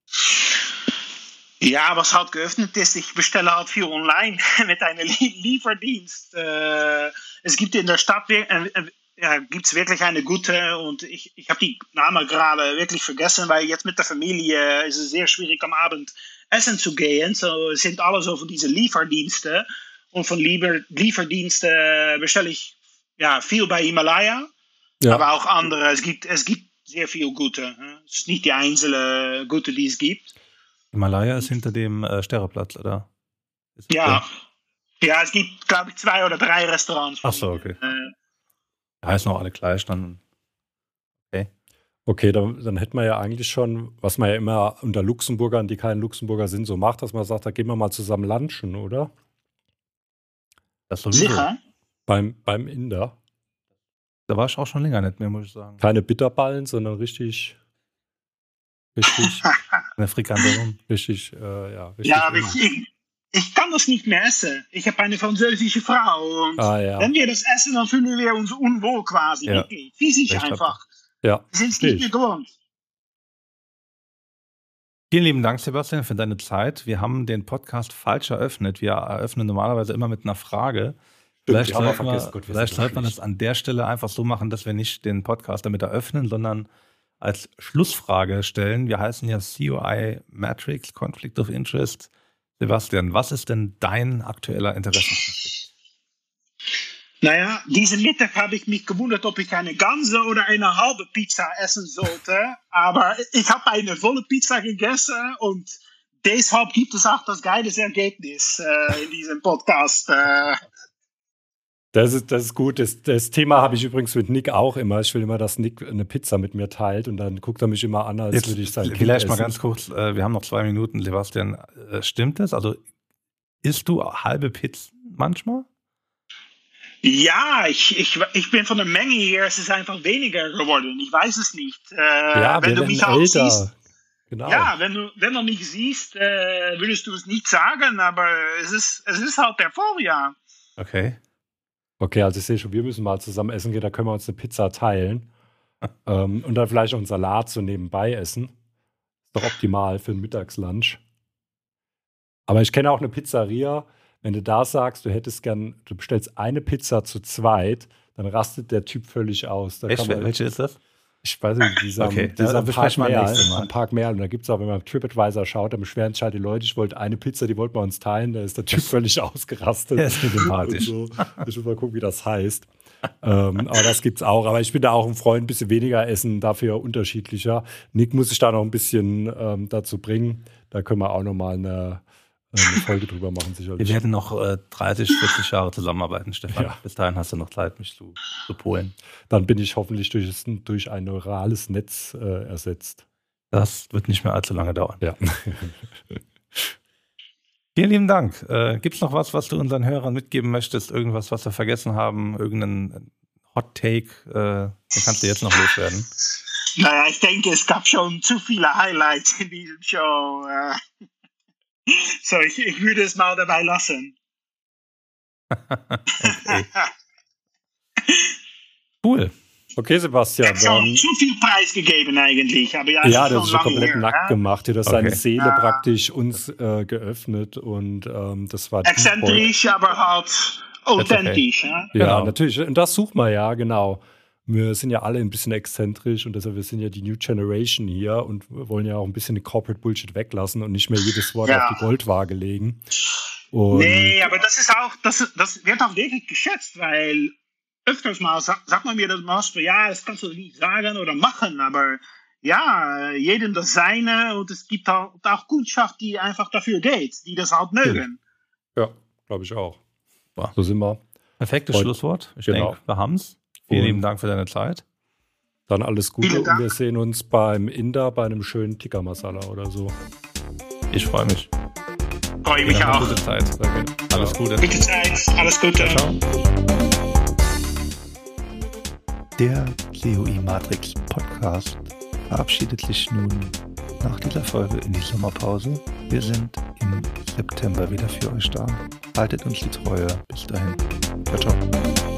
Ja, was halt geöffnet ist, ich bestelle halt viel online mit einem Lieferdienst. Äh, es gibt in der Stadt äh, äh, ja, gibt's wirklich eine gute und ich, ich habe die Namen gerade wirklich vergessen, weil jetzt mit der Familie ist es sehr schwierig am Abend essen zu gehen. So sind alle so von diese Lieferdiensten und von Liefer, Lieferdiensten bestelle ich ja viel bei Himalaya, ja. Aber auch andere. Es gibt, es gibt sehr viele gute. Es ist nicht die einzelne gute, die es gibt. Himalaya ist hinter dem äh, Sterreplatz, oder? Ist ja. Ja, es gibt, glaube ich, zwei oder drei Restaurants. Ach so, okay. Äh, da heißen auch alle gleich dann. Okay. Okay, dann, dann hätten wir ja eigentlich schon, was man ja immer unter Luxemburgern, die kein Luxemburger sind, so macht, dass man sagt, da gehen wir mal zusammen lunchen, oder? Das sowieso. Sicher? Beim, beim Inder. Da war ich auch schon länger nicht mehr, muss ich sagen. Keine Bitterballen, sondern richtig, richtig, eine Frikandel. Richtig, äh, ja. Richtig ja, aber ich, ich, ich kann das nicht mehr essen. Ich habe eine französische Frau und ah, ja. wenn wir das essen, dann fühlen wir uns unwohl quasi. Ja. Okay. Physisch ich einfach. Ja. Wir sind es nicht mehr gewohnt. Vielen lieben Dank, Sebastian, für deine Zeit. Wir haben den Podcast falsch eröffnet. Wir eröffnen normalerweise immer mit einer Frage. Vielleicht sollte man, Gott, vielleicht sollte man das an der Stelle einfach so machen, dass wir nicht den Podcast damit eröffnen, sondern als Schlussfrage stellen. Wir heißen ja C O I Matrix, Conflict of Interest. Sebastian, was ist denn dein aktueller Interessenkonflikt? Naja, diesen Mittag habe ich mich gewundert, ob ich eine ganze oder eine halbe Pizza essen sollte. Aber ich habe eine volle Pizza gegessen und deshalb gibt es auch das geile Ergebnis äh, in diesem Podcast. Äh. Das ist, das ist gut. Das, das Thema habe ich übrigens mit Nick auch immer. Ich will immer, dass Nick eine Pizza mit mir teilt und dann guckt er mich immer an, als Jetzt, würde ich sein Kind Vielleicht essen. mal ganz kurz, äh, wir haben noch zwei Minuten, Sebastian. Äh, stimmt das? Also isst du halbe Pizzen manchmal? Ja, ich, ich, ich bin von der Menge hier, es ist einfach weniger geworden. Ich weiß es nicht. Äh, ja, wenn wir du mich werden auch älter. Siehst, genau. Ja, wenn du, wenn du mich siehst, äh, würdest du es nicht sagen, aber es ist, es ist halt der Fall, ja. Okay. Okay, also ich sehe schon, wir müssen mal zusammen essen gehen, da können wir uns eine Pizza teilen. ähm, und dann vielleicht auch einen Salat so nebenbei essen. Ist doch optimal für einen Mittagslunch. Aber ich kenne auch eine Pizzeria. Wenn du da sagst, du hättest gern, du bestellst eine Pizza zu zweit, dann rastet der Typ völlig aus. Da Welche, kann man, welche ist das? Ich weiß nicht, dieser, okay, dieser Park Merl, am Park Merl. Und da gibt es auch, wenn man auf TripAdvisor schaut, da beschweren sich halt die Leute, ich wollte eine Pizza, die wollten wir uns teilen, da ist der Typ völlig ausgerastet. Der ist mir sympathisch. So. Ich muss mal gucken, wie das heißt. ähm, aber das gibt's auch. Aber ich bin da auch ein Freund, ein bisschen weniger essen, dafür unterschiedlicher. Nick muss ich da noch ein bisschen ähm, dazu bringen. Da können wir auch noch mal eine eine Folge drüber machen, sicherlich. Wir werden noch äh, dreißig, vierzig Jahre zusammenarbeiten, Stefan. Ja. Bis dahin hast du noch Zeit, mich zu, zu polen. Dann bin ich hoffentlich durch, durch ein neurales Netz äh, ersetzt. Das wird nicht mehr allzu lange dauern. Ja. Vielen lieben Dank. Äh, Gibt es noch was, was du unseren Hörern mitgeben möchtest? Irgendwas, was wir vergessen haben? Irgendeinen Hot Take? Äh, den kannst du jetzt noch loswerden. Naja, ich denke, es gab schon zu viele Highlights in diesem Show. Äh. So, ich, ich würde es mal dabei lassen. Okay. Cool. Okay, Sebastian. Ich habe schon zu viel Preis gegeben eigentlich. Aber ja, ja, das ist schon komplett her, nackt ja? gemacht. Du hast okay. deine Seele ja. praktisch uns äh, geöffnet und ähm, das war exzentrisch, aber halt authentisch. Okay. Ja, ja genau. Natürlich. Und das sucht man ja, genau. Wir sind ja alle ein bisschen exzentrisch und deshalb wir sind ja die New Generation hier und wir wollen ja auch ein bisschen den Corporate Bullshit weglassen und nicht mehr jedes Wort ja. auf die Goldwaage legen. Und nee, aber das ist auch, das, das wird auch wirklich geschätzt, weil öfters mal sagt, sagt man mir das mal, ja, das kannst du nicht sagen oder machen, aber ja, jedem das Seine und es gibt auch, auch Kundschaft, die einfach dafür geht, die das halt mögen. Ja, glaube ich auch. Wow. So sind wir. Perfektes Heute. Schlusswort. Ich genau. denke, wir haben es. Vielen lieben Dank für deine Zeit. Dann alles Gute und wir sehen uns beim Inder bei einem schönen Tikka Masala oder so. Ich freue mich. Freue mich auch. Gute Zeit. Okay. Alles Gute. Gute Zeit. Alles Gute. Ciao. Der C O I Matrix Podcast verabschiedet sich nun nach dieser Folge in die Sommerpause. Wir sind im September wieder für euch da. Haltet uns die Treue. Bis dahin. Ciao, ciao.